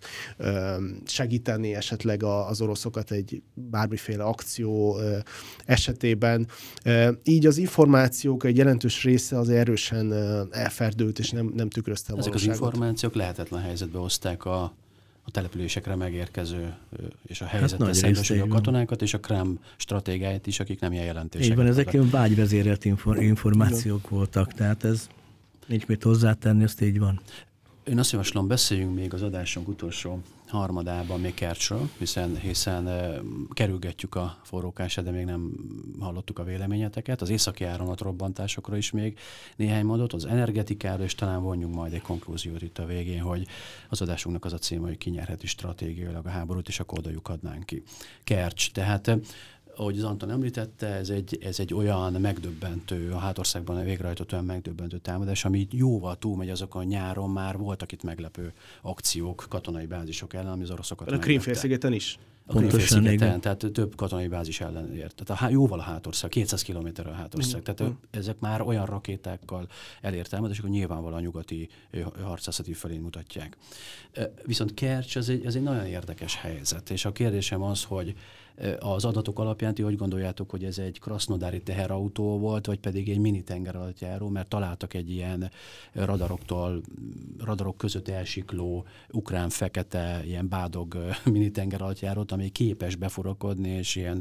segíteni esetleg az oroszokat egy bármiféle akció esetében. Így az információk egy jelentős része az erősen elferdült, és nem, nem tükrözte a Ezek valóságot. az információk lehetetlen helyzetbe hozták a, a településekre megérkező és a helyzettel hát szembesülő katonákat, és a Kreml stratégiáit is, akik nem ilyen jelentések. Így van, ezek ilyen vágyvezérelt információk Igen. voltak, tehát ez nincs mit hozzátenni, ezt így van. Én azt javaslom, beszéljünk még az adásunk utolsó harmadában még Kercsről, hiszen, hiszen uh, kerülgetjük a forrókását, de még nem hallottuk a véleményeteket. Az északi áramlat robbantásokra is még néhány mondatot, az energetikára, és talán vonjunk majd egy konklúziót itt a végén, hogy az adásunknak az a címe, hogy ki nyerheti stratégiailag a háborút, és akkor odajuk adnánk ki. Kercs, tehát ahogy az Anton említette, ez egy, ez egy olyan megdöbbentő, a hátországban végrehajtott olyan megdöbbentő támadás, ami jóval túlmegy azokon, nyáron már voltak itt meglepő akciók, katonai bázisok ellen, ami az oroszokat meglepte. A Krím-félszigeten is. A Krím-félszigeten, tehát több katonai bázis ellen ért. Tehát a, jóval a hátország, kétszáz kilométerre a hátország. Mm. Tehát mm. ezek már olyan rakétákkal elért támadások, hogy nyilvánvalóan a nyugati harcászati felén mutatják. Viszont Kercs, ez egy, ez egy nagyon érdekes helyzet, és a kérdésem az, hogy az adatok alapján ti hogy gondoljátok, hogy ez egy krasznodári teherautó volt, vagy pedig egy mini tengeralattjáró, mert találtak egy ilyen radaroktól, radarok között elsikló, ukrán fekete, ilyen bádog mini tengeralattjárót, ami képes beforakodni, és ilyen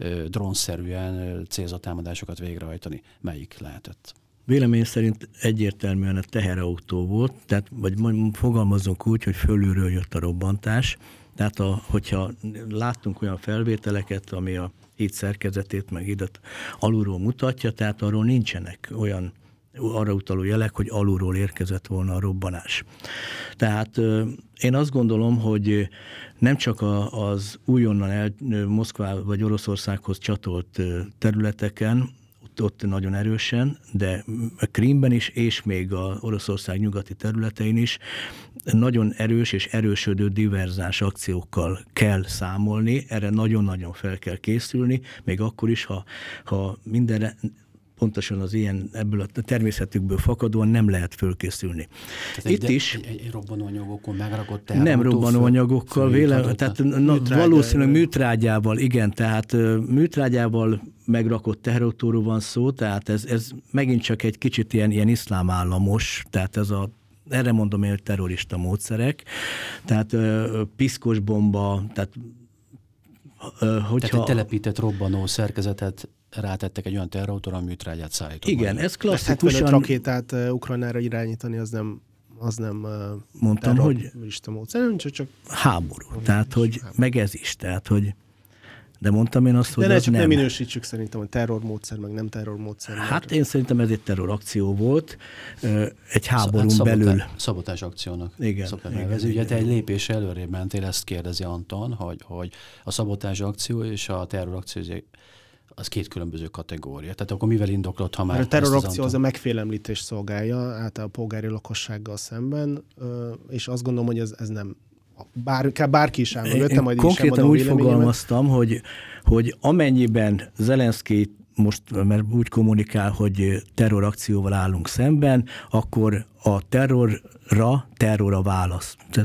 drónszerűen célzattámadásokat végrehajtani. Melyik lehetett? Vélemény szerint egyértelműen a teherautó volt, tehát, vagy fogalmazzunk úgy, hogy fölülről jött a robbantás. Tehát, a, hogyha láttunk olyan felvételeket, ami a híd szerkezetét, meg hidat alulról mutatja, tehát arról nincsenek olyan arra utaló jelek, hogy alulról érkezett volna a robbanás. Tehát én azt gondolom, hogy nem csak az újonnan el, Moszkvá vagy Oroszországhoz csatolt területeken, ott nagyon erősen, de a Krímben is, és még a Oroszország nyugati területein is nagyon erős és erősödő diverzáns akciókkal kell számolni, erre nagyon-nagyon fel kell készülni, még akkor is, ha, ha mindenre pontosan az ilyen, ebből a természetükből fakadóan nem lehet fölkészülni. Tehát Itt egy, is egy, egy robbanóanyagokkal megrakott teherautó. Nem robbanóanyagokkal, véle, tehát na, valószínűleg műtrágyával, igen, tehát műtrágyával megrakott teherautóról van szó, tehát ez, ez megint csak egy kicsit ilyen, ilyen iszlám államos, tehát ez a erre mondom én, hogy terrorista módszerek, tehát uh, piszkos bomba, tehát uh, hogyha... Tehát egy telepített robbanó szerkezetet rátettek egy olyan terrautóra, ami műtrágyát szállított. Igen, majd. ez klasszikusan... hetvenöt rakétát uh, Ukrajnára irányítani, az nem, az nem uh, mondtam, hogy módszer, nem csak, csak háború, tehát hogy háború. Meg ez is, tehát hogy de mondtam én azt, hogy de ne az csak nem. nem minősítsük szerintem, hogy terrormódszer, meg nem terrormódszer. Hát mert... én szerintem ez egy terrorakció volt, egy háborún hát szabotás, belül. Szabotás akciónak. Igen. Szokták igen, nevezni. igen, Ugye te egy igen. lépés előrébb mentél, ezt kérdezi Anton, hogy, hogy a szabotás akció és a terrorakció az két különböző kategória. Tehát akkor mivel indoklott, ha már... A terrorakció az a megfélemlítés szolgálja által a polgári lakossággal szemben, és azt gondolom, hogy ez, ez nem... Bár, bárki is áll mögötte, majd konkrétan úgy fogalmaztam, hogy, hogy amennyiben Zelenszky most, mert úgy kommunikál, hogy terrorakcióval állunk szemben, akkor a terrorra terror a válasz. Tehát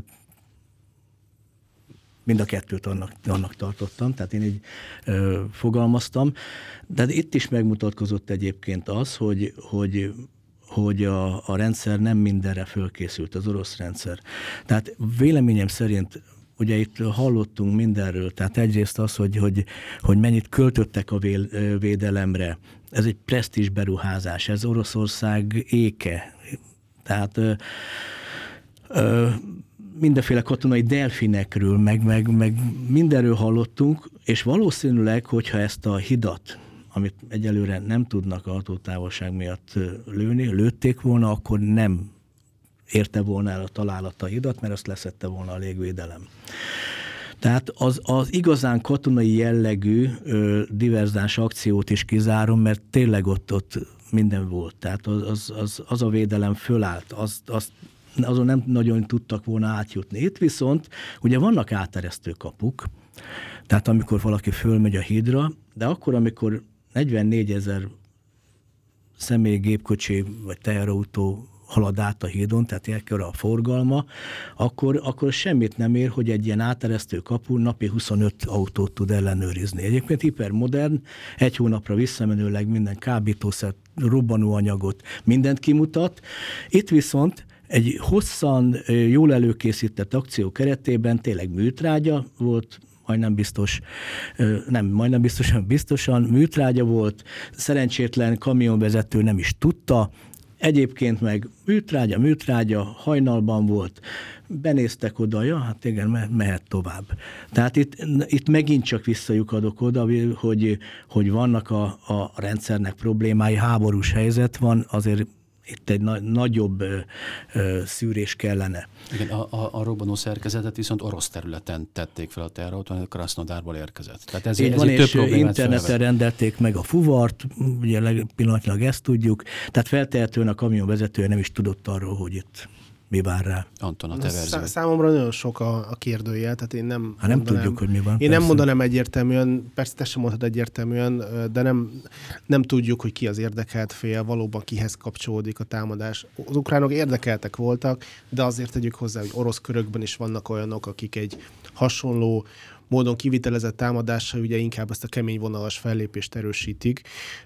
mind a kettőt annak, annak tartottam, tehát én így ö, fogalmaztam. De itt is megmutatkozott egyébként az, hogy, hogy hogy a, a rendszer nem mindenre fölkészült, az orosz rendszer. Tehát véleményem szerint, ugye itt hallottunk mindenről, tehát egyrészt az, hogy, hogy, hogy mennyit költöttek a vél, védelemre. Ez egy presztízs beruházás, ez Oroszország éke. Tehát ö, ö, mindenféle katonai delfinekről, meg, meg, meg mindenről hallottunk, és valószínűleg, hogyha ezt a hidat, amit egyelőre nem tudnak autótávolság miatt lőni, lőtték volna, akkor nem érte volna el a találata hidat, mert azt leszette volna a légvédelem. Tehát az, az igazán katonai jellegű ö, diverzáns akciót is kizárom, mert tényleg ott, ott minden volt. Tehát az, az, az, az a védelem fölállt, azt, azt azon nem nagyon tudtak volna átjutni. Itt viszont ugye vannak áteresztő kapuk, tehát amikor valaki fölmegy a hídra, de akkor, amikor negyvennégyezer személygépkocsi vagy teherautó halad át a hídon, tehát ekkora a forgalma, akkor, akkor semmit nem ér, hogy egy ilyen áteresztő kapu napi huszonöt autót tud ellenőrizni. Egyébként hipermodern, egy hónapra visszamenőleg minden kábítószer, robbanóanyagot, mindent kimutat. Itt viszont egy hosszan, jól előkészített akció keretében tényleg műtrágya volt, majdnem biztos, nem majdnem biztosan, biztosan műtrágya volt, szerencsétlen kamionvezető nem is tudta, egyébként meg műtrágya, műtrágya, hajnalban volt, benéztek oda, ja, hát igen, mehet tovább. Tehát itt, itt megint csak visszajukadok oda, hogy, hogy vannak a, a rendszernek problémái, háborús helyzet van, azért itt egy na- nagyobb ö, ö, szűrés kellene. Igen, a, a, a robbanó szerkezetet viszont orosz területen tették fel a teherautón, a Krasznodárból érkezett. Tehát ez, így ez van, több és problémát interneten felvet. rendelték meg a fuvart, ugye pillanatnyilag ezt tudjuk, tehát feltehetően a kamionvezetője nem is tudott arról, hogy itt mi vár rá. Anton, a te verziód. Számomra nagyon sok a, a kérdőjel, tehát én nem Hát nem mondanám, tudjuk, hogy mi van. Én persze. nem mondanám egyértelműen, persze te sem mondhatod egyértelműen, de nem, nem tudjuk, hogy ki az érdekelt fél, valóban kihez kapcsolódik a támadás. Az ukránok érdekeltek voltak, de azért tegyük hozzá, hogy orosz körökben is vannak olyanok, akik egy hasonló módon kivitelezett támadással ugye inkább ezt a kemény vonalas fellépést erősítik,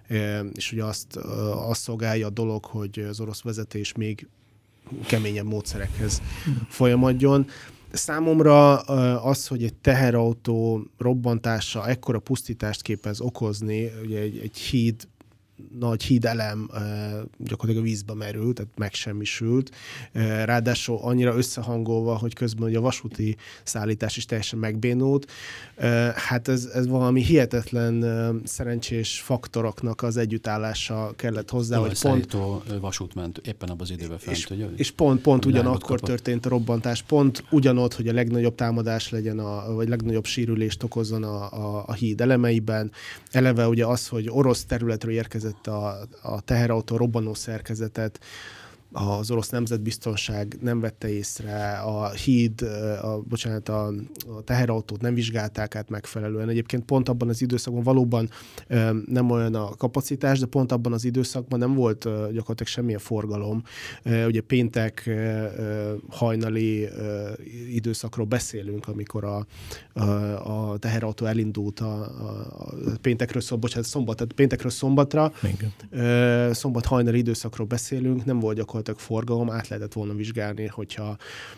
és ugye azt, azt szolgálja a dolog, hogy az orosz vezetés még keményebb módszerekhez folyamodjon. Számomra az, hogy egy teherautó robbantása ekkora pusztítást képez okozni, ugye egy, egy híd, nagy hídelem gyakorlatilag a vízbe merült, tehát megsemmisült. Ráadásul annyira összehangolva, hogy közben ugye a vasúti szállítás is teljesen megbénult. Hát ez, ez valami hihetetlen szerencsés faktoroknak az együttállása kellett hozzá, hogy pont... vasút ment éppen abban az időben fent, és, ugye? És pont, pont ugyanakkor kapott. történt a robbantás, pont ugyanott, hogy a legnagyobb támadás legyen, a, vagy legnagyobb sérülést okozzon a, a, a híd elemeiben. Eleve ugye az, hogy orosz területről érkezett A, a teherautó robbanó szerkezetet, az orosz nemzetbiztonság nem vette észre, a híd, a, bocsánat, a, a teherautót nem vizsgálták át megfelelően. Egyébként pont abban az időszakban valóban nem olyan a kapacitás, de pont abban az időszakban nem volt gyakorlatilag semmilyen forgalom. Ugye péntek hajnali időszakról beszélünk, amikor a, a, a teherautó elindult a, a péntekről, szombat, bocsánat, szombat, tehát péntekről szombatra. Igen. Szombat hajnali időszakról beszélünk, nem volt gyakorlatilag forgalom, át lehetett volna vizsgálni, hogyha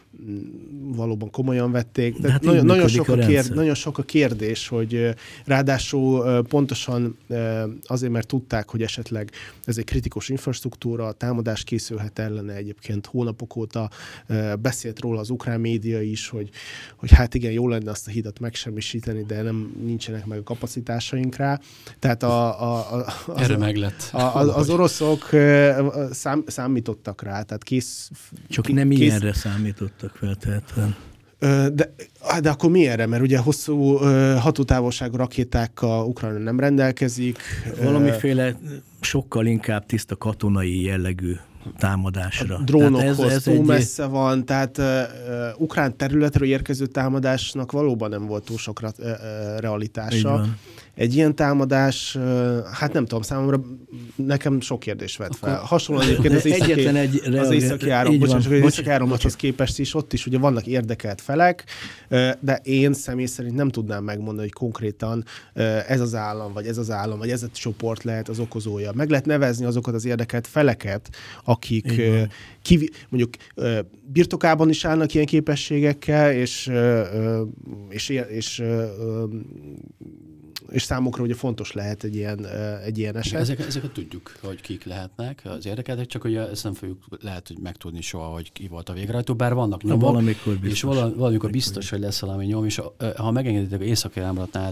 valóban komolyan vették. De hát nagyon, nagyon, sok a kérd, nagyon sok a kérdés, hogy ráadásul pontosan azért, mert tudták, hogy esetleg ez egy kritikus infrastruktúra, a támadás készülhet ellene, egyébként hónapok óta beszélt róla az ukrán média is, hogy, hogy hát igen, jó lenne azt a hidat megsemmisíteni, de nem nincsenek meg a kapacitásaink rá. Tehát a, a, a, az, Erre meg lett. A, a, az oroszok szám, számítottak rá, tehát kész... Csak kész, nem ilyenre számítottak feltehetően. De, de akkor mi erre? Mert ugye hosszú hatótávolságú rakétákkal Ukrajna nem rendelkezik. Valamiféle sokkal inkább tiszta katonai jellegű támadásra. A drónokhoz ez, ez túl messze egy... van, tehát uh, ukrán területről érkező támadásnak valóban nem volt túl sok uh, realitása. Egy ilyen támadás, uh, hát nem tudom, számomra nekem sok kérdés vett fel. Akkor... Hasonlóan egyébként az északi, egy az északi áram, bocsánat, az északi áramlathoz képest is ott is ugye vannak érdekelt felek, uh, de én személy szerint nem tudnám megmondani, hogy konkrétan uh, ez az állam, vagy ez az állam, vagy ez a csoport lehet az okozója. Meg lehet nevezni azokat az érdekelt feleket, akik kivi, mondjuk birtokában is állnak ilyen képességekkel, és, és, és, és számukra ugye fontos lehet egy ilyen, egy ilyen eset. Ezeket, ezeket tudjuk, hogy kik lehetnek az érdekeltek, csak hogy ezt nem fogjuk lehet, hogy megtudni soha, hogy ki volt a végrehajtó, bár vannak nyomok, valamikor biztos. és vala, valamikor biztos, hogy lesz valami nyom, és ha megengeditek, Északi Áramlatnál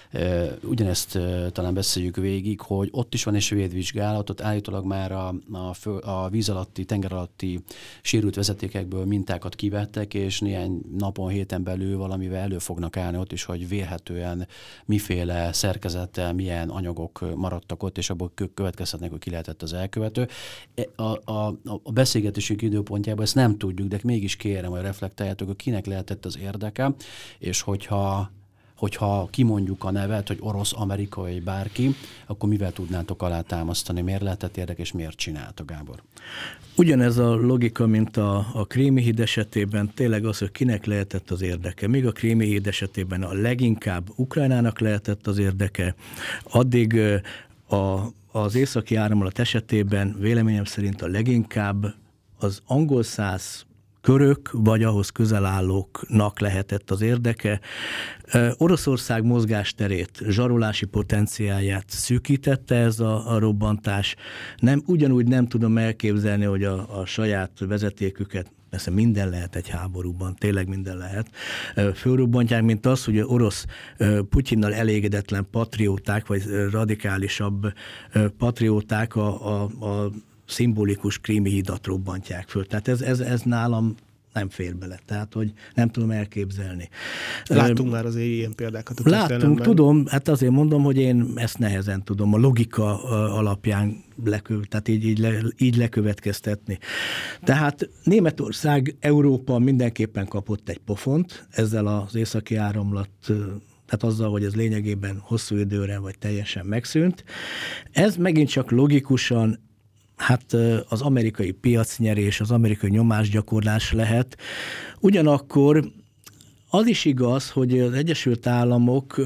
Ugyanezt talán beszéljük végig, hogy ott is van egy svéd vizsgálat, ott állítólag már a, a, fő, a víz alatti, tenger alatti sérült vezetékekből mintákat kivettek, és néhány napon, héten belül valamivel elő fognak állni ott is, hogy vélhetően miféle szerkezettel, milyen anyagok maradtak ott, és abból következhetnek, hogy ki lehetett az elkövető. A, a, a beszélgetésünk időpontjában ezt nem tudjuk, de mégis kérem, hogy reflektáljátok, hogy kinek lehetett az érdeke, és hogyha hogyha kimondjuk a nevet, hogy orosz, amerikai, bárki, akkor mivel tudnátok alátámasztani? Miért lehetett érdekes, és miért csinálta, Gábor? Ugyanez a logika, mint a, a Krími híd esetében, tényleg az, hogy kinek lehetett az érdeke. Míg a Krími híd esetében a leginkább Ukrajnának lehetett az érdeke, addig a, az északi áramlat esetében véleményem szerint a leginkább az angol száz körök, vagy ahhoz közel állóknak lehetett az érdeke. Oroszország mozgásterét, zsarolási potenciáját szűkítette ez a, a robbantás. Nem, ugyanúgy nem tudom elképzelni, hogy a, a saját vezetéküket, persze minden lehet egy háborúban, tényleg minden lehet, fölrobbantják, mint az, hogy orosz Putyinnal elégedetlen patrióták, vagy radikálisabb patrióták a, a, a szimbolikus krími hidat robbantják föl. Tehát ez, ez, ez nálam nem fér bele. Tehát, hogy nem tudom elképzelni. Láttunk már azért ilyen példákat. Láttunk, tudom, hát azért mondom, hogy én ezt nehezen tudom a logika alapján lekö, tehát így, így, le, így lekövetkeztetni. Tehát Németország, Európa mindenképpen kapott egy pofont ezzel az északi áramlat, tehát azzal, hogy ez lényegében hosszú időre vagy teljesen megszűnt. Ez megint csak logikusan hát az amerikai piacnyerés, az amerikai nyomásgyakorlás lehet. Ugyanakkor az is igaz, hogy az Egyesült Államok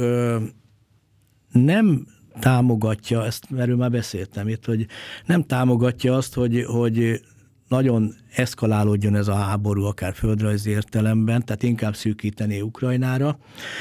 nem támogatja, ezt erről már beszéltem itt, hogy nem támogatja azt, hogy, hogy nagyon eszkalálódjon ez a háború, akár földrajzi értelemben, tehát inkább szűkíteni Ukrajnára.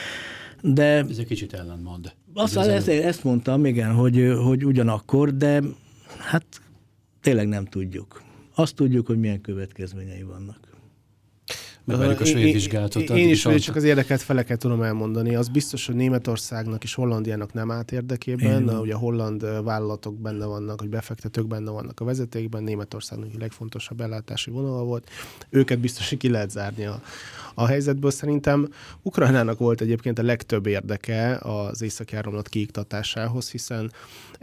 De ez egy kicsit ellentmond. Aztán ezt, ezt mondtam, igen, hogy, hogy ugyanakkor, de hát tényleg nem tudjuk. Azt tudjuk, hogy milyen következményei vannak. Megvárjuk a svéd vizsgálatot. Én is csak az érdekelt feleket tudom elmondani. Az biztos, hogy Németországnak és Hollandiának nem állt érdekében. Ugye a holland vállalatok benne vannak, hogy befektetők benne vannak a vezetékben. Németországnak a legfontosabb ellátási vonala volt. Őket biztos, hogy ki lehet zárni a, a helyzetből. Szerintem Ukrajnának volt egyébként a legtöbb érdeke az északi áramlat kiiktatásához, hiszen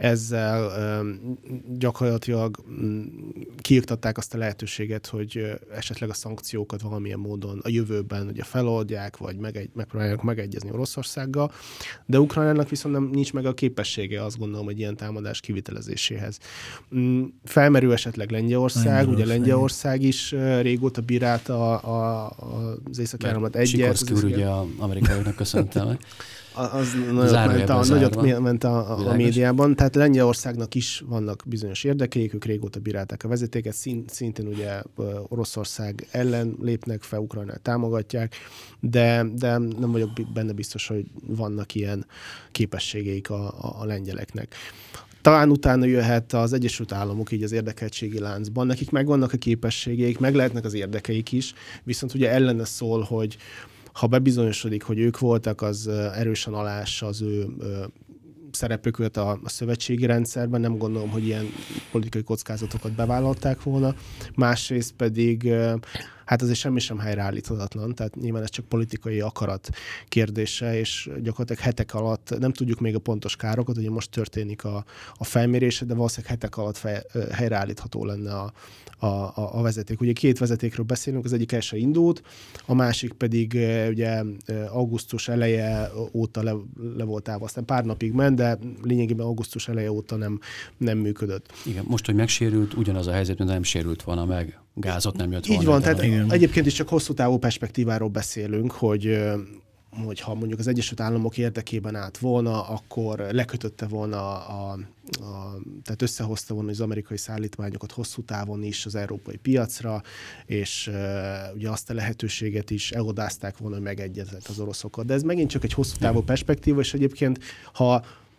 ezzel um, gyakorlatilag um, kiiktatták azt a lehetőséget, hogy uh, esetleg a szankciókat valamilyen módon a jövőben ugye feloldják, vagy megegy, megpróbálják megegyezni Oroszországgal, de Ukrajnának viszont nem, nincs meg a képessége, azt gondolom, hogy ilyen támadás kivitelezéséhez. Um, felmerül esetleg Lengyelország, Lengyelország, ugye Lengyelország is uh, régóta bírálta a, a, az északi áramlat egyet. Sikorszki úr ugye az amerikaiaknak köszöntem. Az nagyot ment a, nagyot ment a, a, a médiában. Tehát Lengyelországnak is vannak bizonyos érdekeik, ők régóta bírálták a vezetéket, szintén ugye Oroszország ellen lépnek fel, Ukrajnát támogatják, de, de nem vagyok benne biztos, hogy vannak ilyen képességeik a, a, a lengyeleknek. Talán utána jöhet az Egyesült Államok így az érdekeltségi láncban. Nekik megvannak a képességeik, meg lehetnek az érdekeik is, viszont ugye ellene szól, hogy ha bebizonyosodik, hogy ők voltak, az erősen alássa az ő szereplőket a, a szövetségi rendszerben. Nem gondolom, hogy ilyen politikai kockázatokat bevállalták volna. Másrészt pedig hát azért semmi sem helyreállíthatatlan, tehát nyilván ez csak politikai akarat kérdése, és gyakorlatilag hetek alatt nem tudjuk még a pontos károkat, ugye most történik a, a felmérése, de valószínűleg hetek alatt fej, helyreállítható lenne a, a, a vezeték. Ugye két vezetékről beszélünk, az egyik el se indult, a másik pedig ugye augusztus eleje óta le, le volt távol, aztán pár napig ment, de lényegében augusztus eleje óta nem, nem működött. Igen, most, hogy megsérült, ugyanaz a helyzet, mint nem sérült volna meg, gázot nem jött volna. Így van, tehát igen. Egyébként is csak hosszú távú perspektíváról beszélünk, hogy hogyha mondjuk az Egyesült Államok érdekében állt volna, akkor lekötötte volna, a, a, tehát összehozta volna az amerikai szállítmányokat hosszú távon is az európai piacra, és uh, ugye azt a lehetőséget is elodázták volna, hogy megegyezett az oroszokkal. De ez megint csak egy hosszú távú perspektíva, és egyébként, ha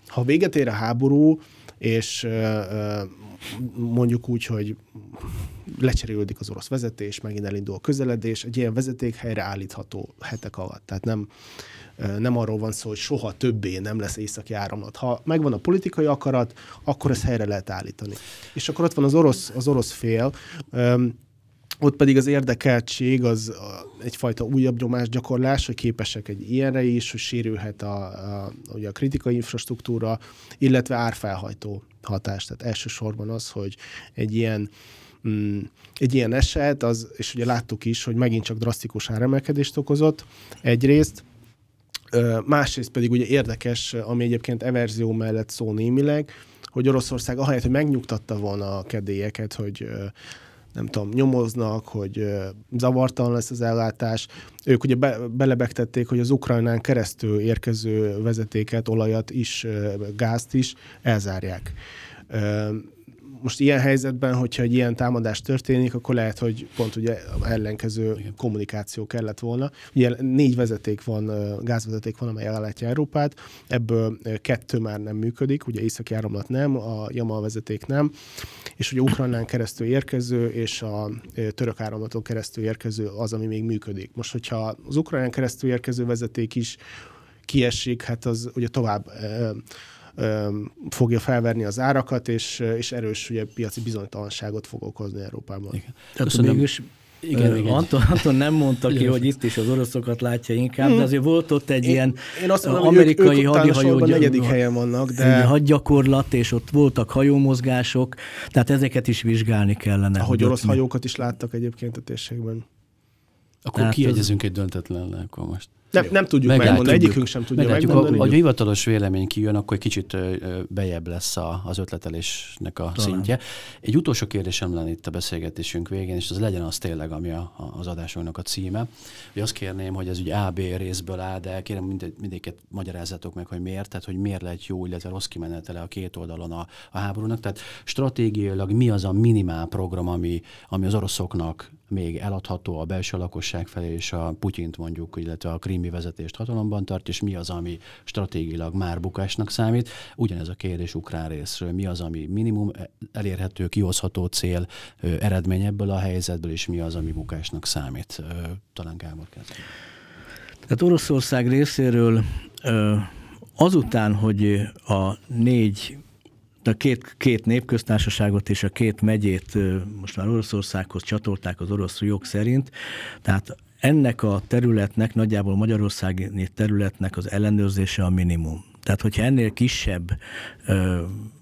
ha véget ér a háború, és mondjuk úgy, hogy lecserélődik az orosz vezetés, megint elindul a közeledés, egy ilyen vezeték helyre állítható hetek alatt. Tehát nem, nem arról van szó, hogy soha többé nem lesz északi áramlat. Ha megvan a politikai akarat, akkor ezt helyre lehet állítani. És akkor ott van az orosz, az orosz fél, ott pedig az érdekeltség az egyfajta újabb nyomásgyakorlás, hogy képesek egy ilyenre is, hogy sérülhet a, a, ugye a kritikai infrastruktúra, illetve árfelhajtó hatás. Tehát elsősorban az, hogy egy ilyen, mm, egy ilyen eset, az, és ugye láttuk is, hogy megint csak drasztikus áremelkedést okozott egyrészt, másrészt pedig ugye érdekes, ami egyébként everzió mellett szó némileg, hogy Oroszország ahelyett, hogy megnyugtatta volna a kedélyeket, hogy nem tudom, nyomoznak, hogy zavartalan lesz az ellátás. Ők ugye be, belebegtették, hogy az Ukrajnán keresztül érkező vezetéket, olajat is, gázt is elzárják. Most ilyen helyzetben, hogyha egy ilyen támadás történik, akkor lehet, hogy pont ugye ellenkező Igen. kommunikáció kellett volna. Ugye négy vezeték van, gázvezeték van, amely ellátja Európát, ebből kettő már nem működik, ugye északi áramlat nem, a Jamal vezeték nem, és ugye Ukrajnán keresztül érkező, és a török áramlaton keresztül érkező az, ami még működik. Most, hogyha az Ukrajnán keresztül érkező vezeték is kiesik, hát az ugye tovább fogja felverni az árakat, és, és erős ugye, piaci bizonytalanságot fog okozni Európában. Igen. Tehát mégis igen, igen. Anton, Anton nem mondta ki, hogy itt is az oroszokat látja inkább, de azért volt ott egy én, ilyen én azt mondom, amerikai hadihajó negyedik helyen vannak, de hadgyakorlat, és ott voltak hajómozgások, tehát ezeket is vizsgálni kellene. Ahogy orosz hajókat is láttak egyébként a térségben. Akkor tehát kiegyezünk az... egy döntetlennel, akkor most. Nem, nem tudjuk Meglátjuk. megmondani, egyikünk sem tudja Meglátjuk. megmondani. Ha a hivatalos vélemény kijön, akkor egy kicsit bejebb lesz a, az ötletelésnek a Talán. szintje. Egy utolsó kérdésem lenne itt a beszélgetésünk végén, és az legyen az tényleg, ami a, a, az adásunknak a címe. Hogy azt kérném, hogy ez ugye á bé részből áll, de kérem mind, mindéket magyarázzatok meg, hogy miért, tehát hogy miért lehet jó, illetve rossz kimenetele a két oldalon a, a háborúnak. Tehát stratégiailag mi az a minimál program, ami, ami az oroszoknak még eladható a belső lakosság felé, és a Putyint mondjuk, illetve a krími vezetést hatalomban tart, és mi az, ami stratégiailag már bukásnak számít. Ugyanez a kérdés ukrán részről. Mi az, ami minimum elérhető, kihozható cél, eredmény ebből a helyzetből, és mi az, ami bukásnak számít. Talán Gábor kezdve. Tehát Oroszország részéről azután, hogy a négy a két, két népköztársaságot és a két megyét most már Oroszországhoz csatolták az orosz jog szerint, tehát ennek a területnek, nagyjából magyarországi területnek az ellenőrzése a minimum. Tehát, hogyha ennél kisebb ö,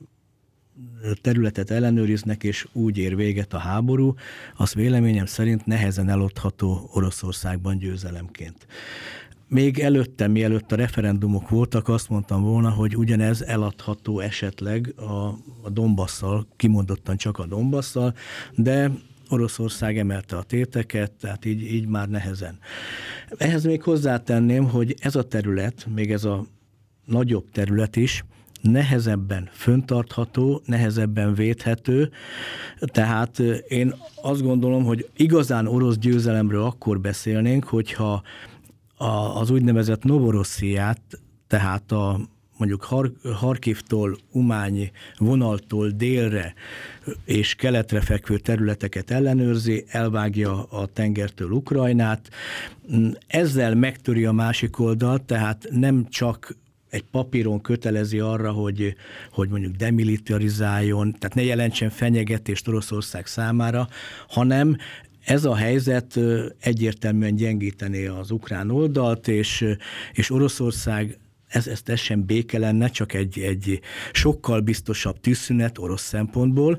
területet ellenőriznek, és úgy ér véget a háború, az véleményem szerint nehezen eloldható Oroszországban győzelemként. Még előtte, mielőtt a referendumok voltak, azt mondtam volna, hogy ugyanez eladható esetleg a, a Donbasszal, kimondottan csak a Donbasszal, de Oroszország emelte a téteket, tehát így, így már nehezen. Ehhez még hozzátenném, hogy ez a terület, még ez a nagyobb terület is, nehezebben föntartható, nehezebben védhető, tehát én azt gondolom, hogy igazán orosz győzelemről akkor beszélnénk, hogyha az úgynevezett Novorossziát, tehát a mondjuk Har- Harkivtól, Umány vonaltól délre és keletre fekvő területeket ellenőrzi, elvágja a tengertől Ukrajnát, ezzel megtöri a másik oldalt, tehát nem csak egy papíron kötelezi arra, hogy, hogy mondjuk demilitarizáljon, tehát ne jelentsen fenyegetést Oroszország számára, hanem ez a helyzet egyértelműen gyengítené az ukrán oldalt, és, és Oroszország, ez, ez, ez sem béke lenne, csak egy, egy sokkal biztosabb tűzszünet orosz szempontból.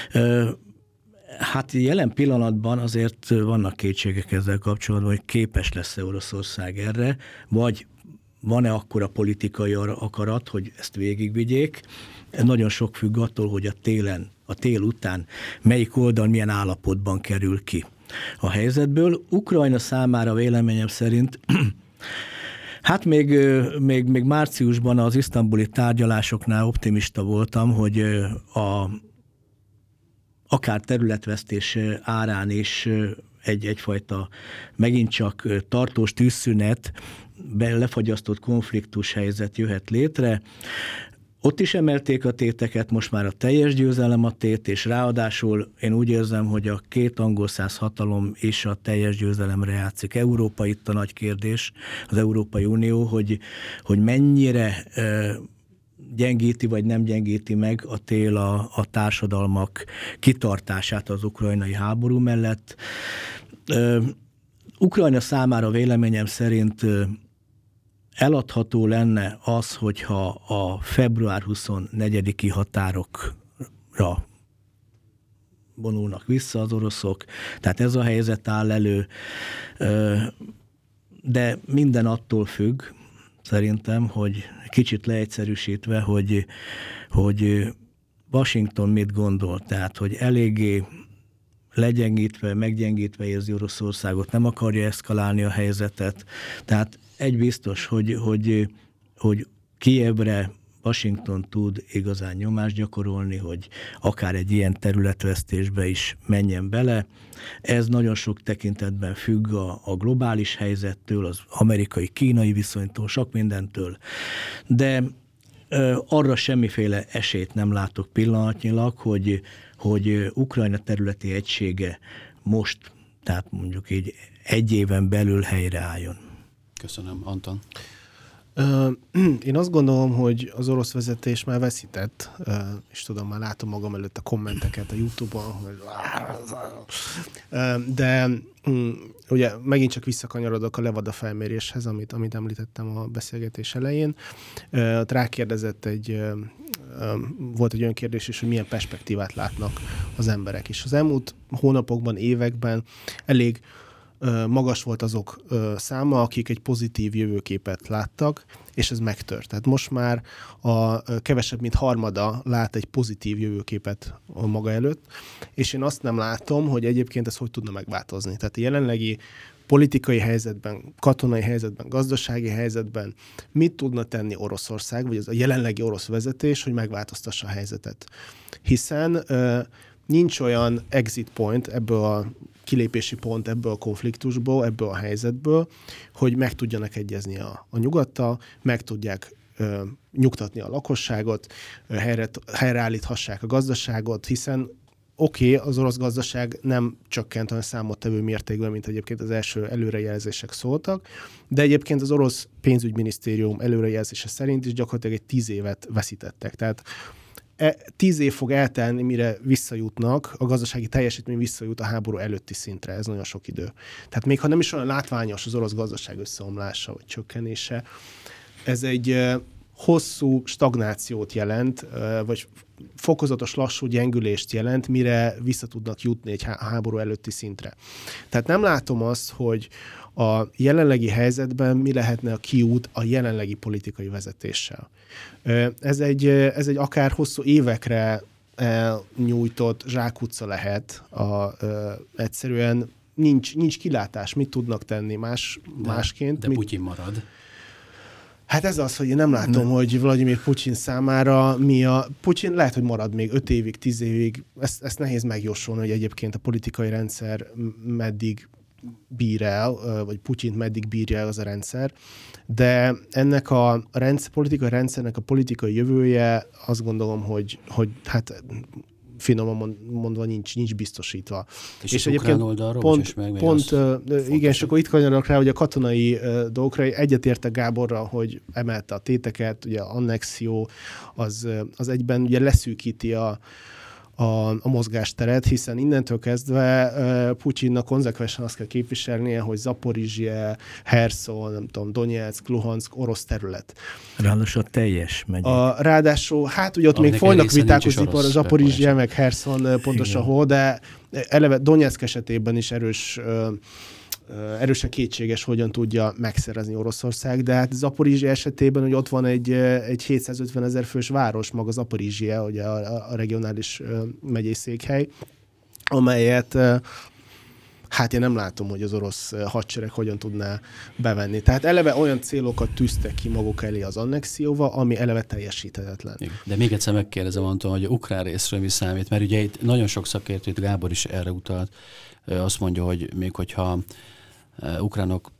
Hát jelen pillanatban azért vannak kétségek ezzel kapcsolatban, hogy képes lesz-e Oroszország erre, vagy van-e akkora politikai akarat, hogy ezt végigvigyék. Ez nagyon sok függ attól, hogy a télen, a tél után melyik oldal milyen állapotban kerül ki a helyzetből. Ukrajna számára véleményem szerint, hát még, még, még márciusban az isztambuli tárgyalásoknál optimista voltam, hogy a, akár területvesztés árán is egy, egyfajta megint csak tartós tűzszünet, lefagyasztott konfliktus helyzet jöhet létre. Ott is emelték a téteket, most már a teljes győzelem a tét, és ráadásul én úgy érzem, hogy a két angol száz hatalom és a teljes győzelemre játszik. Európa itt a nagy kérdés, az Európai Unió, hogy, hogy mennyire e, gyengíti vagy nem gyengíti meg a tél a, a társadalmak kitartását az ukrajnai háború mellett. E, Ukrajna számára véleményem szerint eladható lenne az, hogyha a február huszonnegyediki határokra vonulnak vissza az oroszok. Tehát ez a helyzet áll elő, de minden attól függ, szerintem, hogy kicsit leegyszerűsítve, hogy, hogy Washington mit gondol. Tehát, hogy eléggé legyengítve, meggyengítve érzi Oroszországot, nem akarja eszkalálni a helyzetet. Tehát egy biztos, hogy, hogy, hogy Kijevre Washington tud igazán nyomást gyakorolni, hogy akár egy ilyen területvesztésbe is menjen bele. Ez nagyon sok tekintetben függ a, a globális helyzettől, az amerikai-kínai viszonytól, sok mindentől. De ö, arra semmiféle esélyt nem látok pillanatnyilag, hogy, hogy Ukrajna területi egysége most, tehát mondjuk így egy éven belül helyreálljon. Köszönöm, Anton. Én azt gondolom, hogy az orosz vezetés már veszített, és tudom, már látom magam előtt a kommenteket a YouTube-on, hogy de ugye megint csak visszakanyarodok a Levada felméréshez, amit, amit említettem a beszélgetés elején. Ott rákérdezett egy, volt egy olyan kérdés is, hogy milyen perspektívát látnak az emberek. És az elmúlt hónapokban, években elég magas volt azok száma, akik egy pozitív jövőképet láttak, és ez megtört. Tehát most már a kevesebb, mint harmada lát egy pozitív jövőképet a maga előtt, és én azt nem látom, hogy egyébként ez hogy tudna megváltozni. Tehát a jelenlegi politikai helyzetben, katonai helyzetben, gazdasági helyzetben mit tudna tenni Oroszország, vagy az a jelenlegi orosz vezetés, hogy megváltoztassa a helyzetet. Hiszen nincs olyan exit point ebből a kilépési pont ebből a konfliktusból, ebből a helyzetből, hogy meg tudjanak egyezni a, a nyugattal, meg tudják ö, nyugtatni a lakosságot, ö, helyre, helyreállíthassák a gazdaságot, hiszen oké, okay, az orosz gazdaság nem csökkent olyan számottevő mértékben, mint egyébként az első előrejelzések szóltak, de egyébként az orosz pénzügyminisztérium előrejelzése szerint is gyakorlatilag egy tíz évet veszítettek. Tehát tíz év fog eltelni, mire visszajutnak, a gazdasági teljesítmény visszajut a háború előtti szintre, ez nagyon sok idő. Tehát még ha nem is olyan látványos az orosz gazdaság összeomlása vagy csökkenése, ez egy hosszú stagnációt jelent, vagy fokozatos lassú gyengülést jelent, mire vissza tudnak jutni egy háború előtti szintre. Tehát nem látom azt, hogy a jelenlegi helyzetben mi lehetne a kiút a jelenlegi politikai vezetéssel. Ez egy, ez egy akár hosszú évekre nyújtott zsákutca lehet. A, egyszerűen nincs, nincs kilátás, mit tudnak tenni más, de, másként. De mit... Putyin marad. Hát ez az, hogy én nem látom, ne. hogy Vladimir Putyin számára mi a... Putyin lehet, hogy marad még öt évig, tíz évig. Ezt, ezt nehéz megjósolni, hogy egyébként a politikai rendszer meddig bír el, vagy Putyint meddig bírja el az a rendszer, de ennek a rendszer, politikai rendszernek a politikai jövője azt gondolom, hogy, hogy hát finoman mondva nincs, nincs biztosítva. És, és egyébként pont, meg pont uh, igen, és akkor itt kanyarodok rá, hogy a katonai uh, dolgokra egyetértek Gáborra, hogy emelte a téteket, ugye annexió az, az egyben ugye leszűkíti a A, a mozgásteret, hiszen innentől kezdve uh, Putyinnak konzekvensen azt kell képviselnie, hogy Zaporizhzhia, Herszon, nem tudom, Donetsk, Luhansk, orosz terület. Ráadásul teljes megy. Ráadásul, hát ugye ott Aminek még folynak viták, hogy Zaporizhzhia meg Herszon pontosan hol, de eleve Donetsk esetében is erős uh, erősen kétséges, hogyan tudja megszerezni Oroszország, de hát Zaporizhzhia esetében, hogy ott van egy, egy hétszázötven ezer fős város, maga Zaporizhzhia, ugye a, a regionális megyei székhely, amelyet hát én nem látom, hogy az orosz hadsereg hogyan tudná bevenni. Tehát eleve olyan célokat tűztek ki maguk elé az annexióval, ami eleve teljesíthetetlen. De még egyszer megkérdezem, Anton, hogy a ukrán részről mi számít, mert ugye itt nagyon sok szakértőt, Gábor is erre utalt, azt mondja, hogy még hogyha ukránok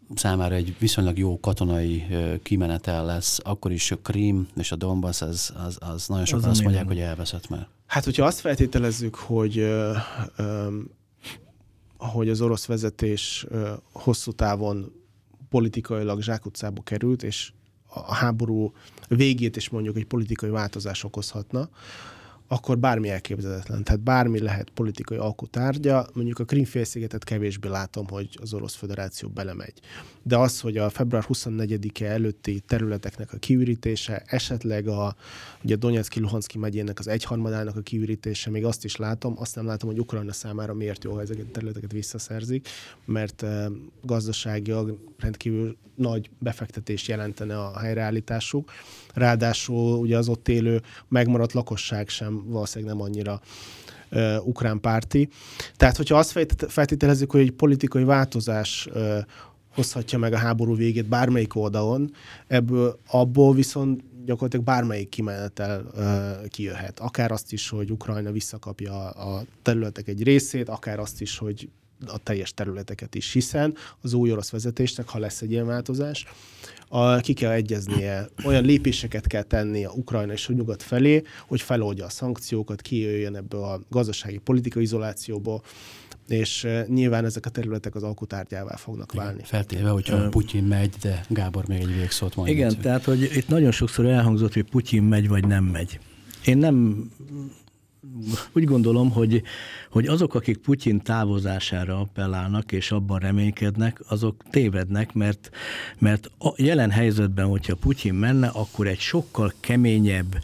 számára egy viszonylag jó katonai kimenetel lesz, akkor is a Krím és a Donbass, az, az, az nagyon sokan az azt mondják, hogy elveszett már. Hát, hogyha azt feltételezzük, hogy, ö, ö, hogy az orosz vezetés ö, hosszú távon politikailag zsákutcába került, és a háború végét is mondjuk egy politikai változás okozhatna, akkor bármi elképzelhetetlen. Tehát bármi lehet politikai alkutárgya, mondjuk a Krím-félszigetet kevésbé látom, hogy az Orosz Föderáció belemegy. De az, hogy a február huszonnegyedike előtti területeknek a kiürítése, esetleg a, ugye a Donetszki-Luhanszki megyének az egyharmadának a kiürítése, még azt is látom, azt nem látom, hogy Ukrajna számára miért jó, ha ezeket a területeket visszaszerzik, mert e, gazdaságilag rendkívül nagy befektetés jelentene a helyreállításuk. Ráadásul ugye az ott élő megmaradt lakosság sem valószínűleg nem annyira uh, ukrán párti. Tehát, hogyha azt feltételezzük, hogy egy politikai változás uh, hozhatja meg a háború végét bármelyik oldalon, ebből abból viszont gyakorlatilag bármelyik kimenetel uh, kijöhet. Akár azt is, hogy Ukrajna visszakapja a területek egy részét, akár azt is, hogy a teljes területeket is, hiszen az új orosz vezetésnek, ha lesz egy ilyen változás, a, ki kell egyeznie, olyan lépéseket kell tennie Ukrajna és a nyugat felé, hogy feloldja a szankciókat, kijöjjön ebből a gazdasági politikai izolációból, és uh, nyilván ezek a területek az alkutárgyává fognak válni. Feltéve, hogyha uh, Putyin megy, de Gábor még egy végszót mondja. Igen, tehát, hogy itt nagyon sokszor elhangzott, hogy Putyin megy, vagy nem megy. Én nem... Úgy gondolom, hogy, hogy azok, akik Putyin távozására appellálnak és abban reménykednek, azok tévednek, mert, mert a jelen helyzetben, hogyha Putyin menne, akkor egy sokkal keményebb,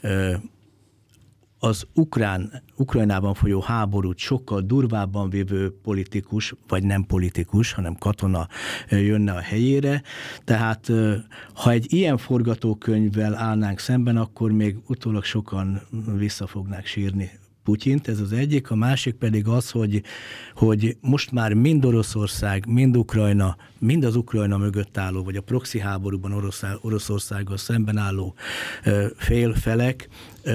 az ukrán, Ukrajnában folyó háborút sokkal durvábban vívő politikus, vagy nem politikus, hanem katona jönne a helyére. Tehát ha egy ilyen forgatókönyvvel állnánk szemben, akkor még utólag sokan vissza fognák sírni Putyint, ez az egyik, a másik pedig az, hogy, hogy most már mind Oroszország, mind Ukrajna, mind az Ukrajna mögött álló, vagy a proxy háborúban Orosz, Oroszországgal szemben álló félfelek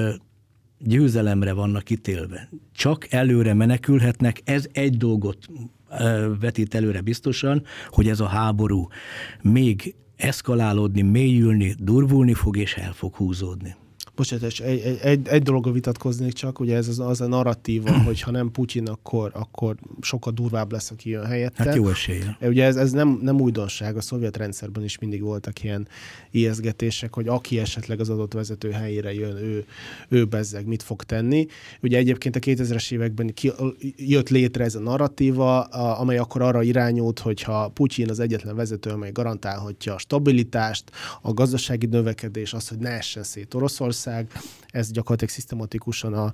győzelemre vannak ítélve. Csak előre menekülhetnek, ez egy dolgot vetít előre biztosan, hogy ez a háború még eszkalálódni, mélyülni, durvulni fog és el fog húzódni. Bocsánat, egy, egy, egy, egy dologgal vitatkoznék csak, ugye ez az, az a narratíva, hogy ha nem Putyin, akkor, akkor sokkal durvább lesz, aki jön helyette. Hát jó esélye. Ugye ez, ez nem, nem újdonság, a szovjet rendszerben is mindig voltak ilyen ijesztgetések, hogy aki esetleg az adott vezető helyére jön, ő, ő bezzeg mit fog tenni. Ugye egyébként a kétezres években ki, jött létre ez a narratíva, a, amely akkor arra irányult, hogyha Putyin az egyetlen vezető, amely garantálhatja a stabilitást, a gazdasági növekedés, az, hogy ne essen szét Oroszország. Ez gyakorlatilag szisztematikusan a,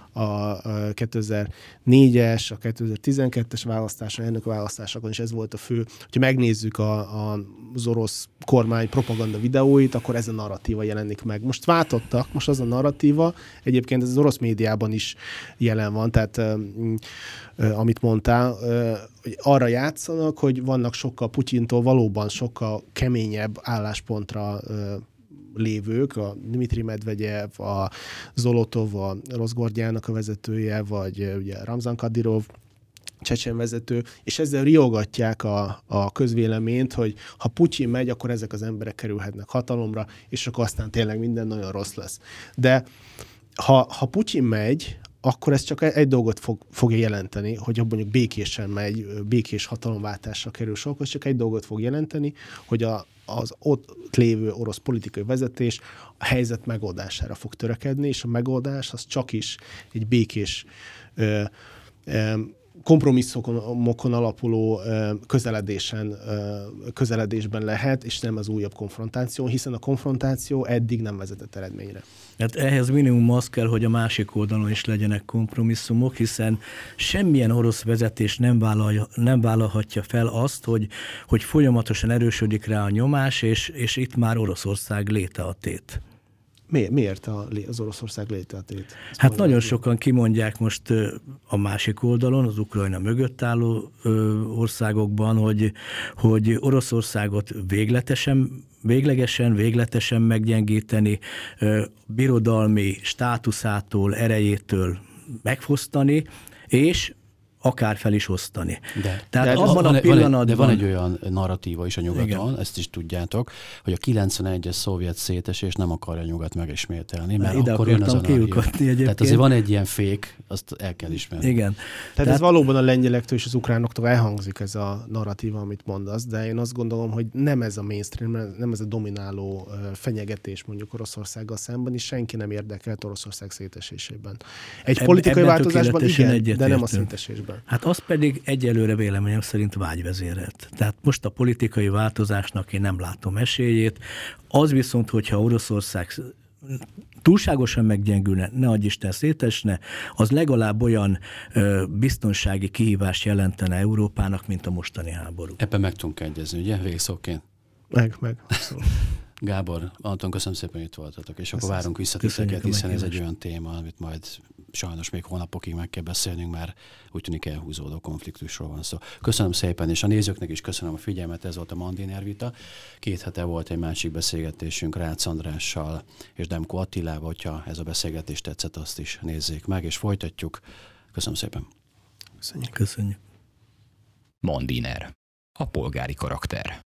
a kétezer-négyes, a kétezer-tizenkettes választáson, elnök választásokon is ez volt a fő. Ha megnézzük a, a, az orosz kormány propaganda videóit, akkor ez a narratíva jelenik meg. Most váltottak, most az a narratíva, egyébként ez az orosz médiában is jelen van, tehát amit mondtál, hogy arra játszanak, hogy vannak sokkal Putyintól valóban sokkal keményebb álláspontra lévők, a Dmitri Medvegyev, a Zolotov, a Rosgvardjának a vezetője, vagy ugye Ramzan Kadyrov, csecsen vezető, és ezzel riogatják a, a közvéleményt, hogy ha Putyin megy, akkor ezek az emberek kerülhetnek hatalomra, és akkor aztán tényleg minden nagyon rossz lesz. De ha, ha Putyin megy, akkor ez csak egy dolgot fog, fogja jelenteni, hogy mondjuk békésen megy, békés hatalomváltásra kerül sor, az csak egy dolgot fog jelenteni, hogy a, az ott lévő orosz politikai vezetés a helyzet megoldására fog törekedni, és a megoldás az csak is egy békés ö, ö, kompromisszumokon alapuló közeledésen, közeledésben lehet, és nem az újabb konfrontáció, hiszen a konfrontáció eddig nem vezetett eredményre. Hát ehhez minimum az kell, hogy a másik oldalon is legyenek kompromisszumok, hiszen semmilyen orosz vezetés nem, vállalja, nem vállalhatja fel azt, hogy, hogy folyamatosan erősödik rá a nyomás, és, és itt már Oroszország léte a tét. Mi, miért az Oroszország lételetét? Hát nagyon mondani. Sokan kimondják most a másik oldalon, az Ukrajna mögött álló országokban, hogy, hogy Oroszországot végletesen, véglegesen, végletesen meggyengíteni, birodalmi státuszától, erejétől megfosztani, és akár fel is osztani. De, Tehát de, abban van, a pillanatban... de van egy olyan narratíva is a nyugaton, igen. Ezt is tudjátok, hogy a kilencvenegyes szovjet szétesés nem akarja a nyugat megismételni, mert ide akkor jön az a narratíva. Tehát azért van egy ilyen fék, azt el kell ismerni. Igen. Tehát, Tehát ez valóban a lengyelektől és az ukránoktól elhangzik ez a narratíva, amit mondasz, de én azt gondolom, hogy nem ez a mainstream, nem ez a domináló fenyegetés mondjuk Oroszországgal szemben, és senki nem érdekelt Oroszország szétesésében. Egy politikai változásban igen, de nem a szétesésben. Hát az pedig egyelőre véleményem szerint vágyvezérelt. Tehát most a politikai változásnak én nem látom esélyét. Az viszont, hogyha Oroszország túlságosan meggyengülne, ne adj Isten szétesne, az legalább olyan ö, biztonsági kihívást jelentene Európának, mint a mostani háború. Ebben meg tudunk egyezni, ugye? Végszóként. Meg, meg. Abszolút. Gábor, Anton, köszönöm szépen, hogy itt voltatok, és akkor várunk vissza titeket, hiszen ez egy olyan téma, amit majd sajnos még hónapokig meg kell beszélnünk, már úgy tűnik elhúzódó konfliktusról van szó. Köszönöm szépen, és a nézőknek is köszönöm a figyelmet, ez volt a Mandiner Vita. Két hete volt egy másik beszélgetésünk Rácz Andrással és Demko Attilával, hogyha ez a beszélgetés tetszett, azt is nézzék meg, és folytatjuk. Köszönöm szépen. Köszönjük. Köszönjük. Mandiner, a polgári karakter.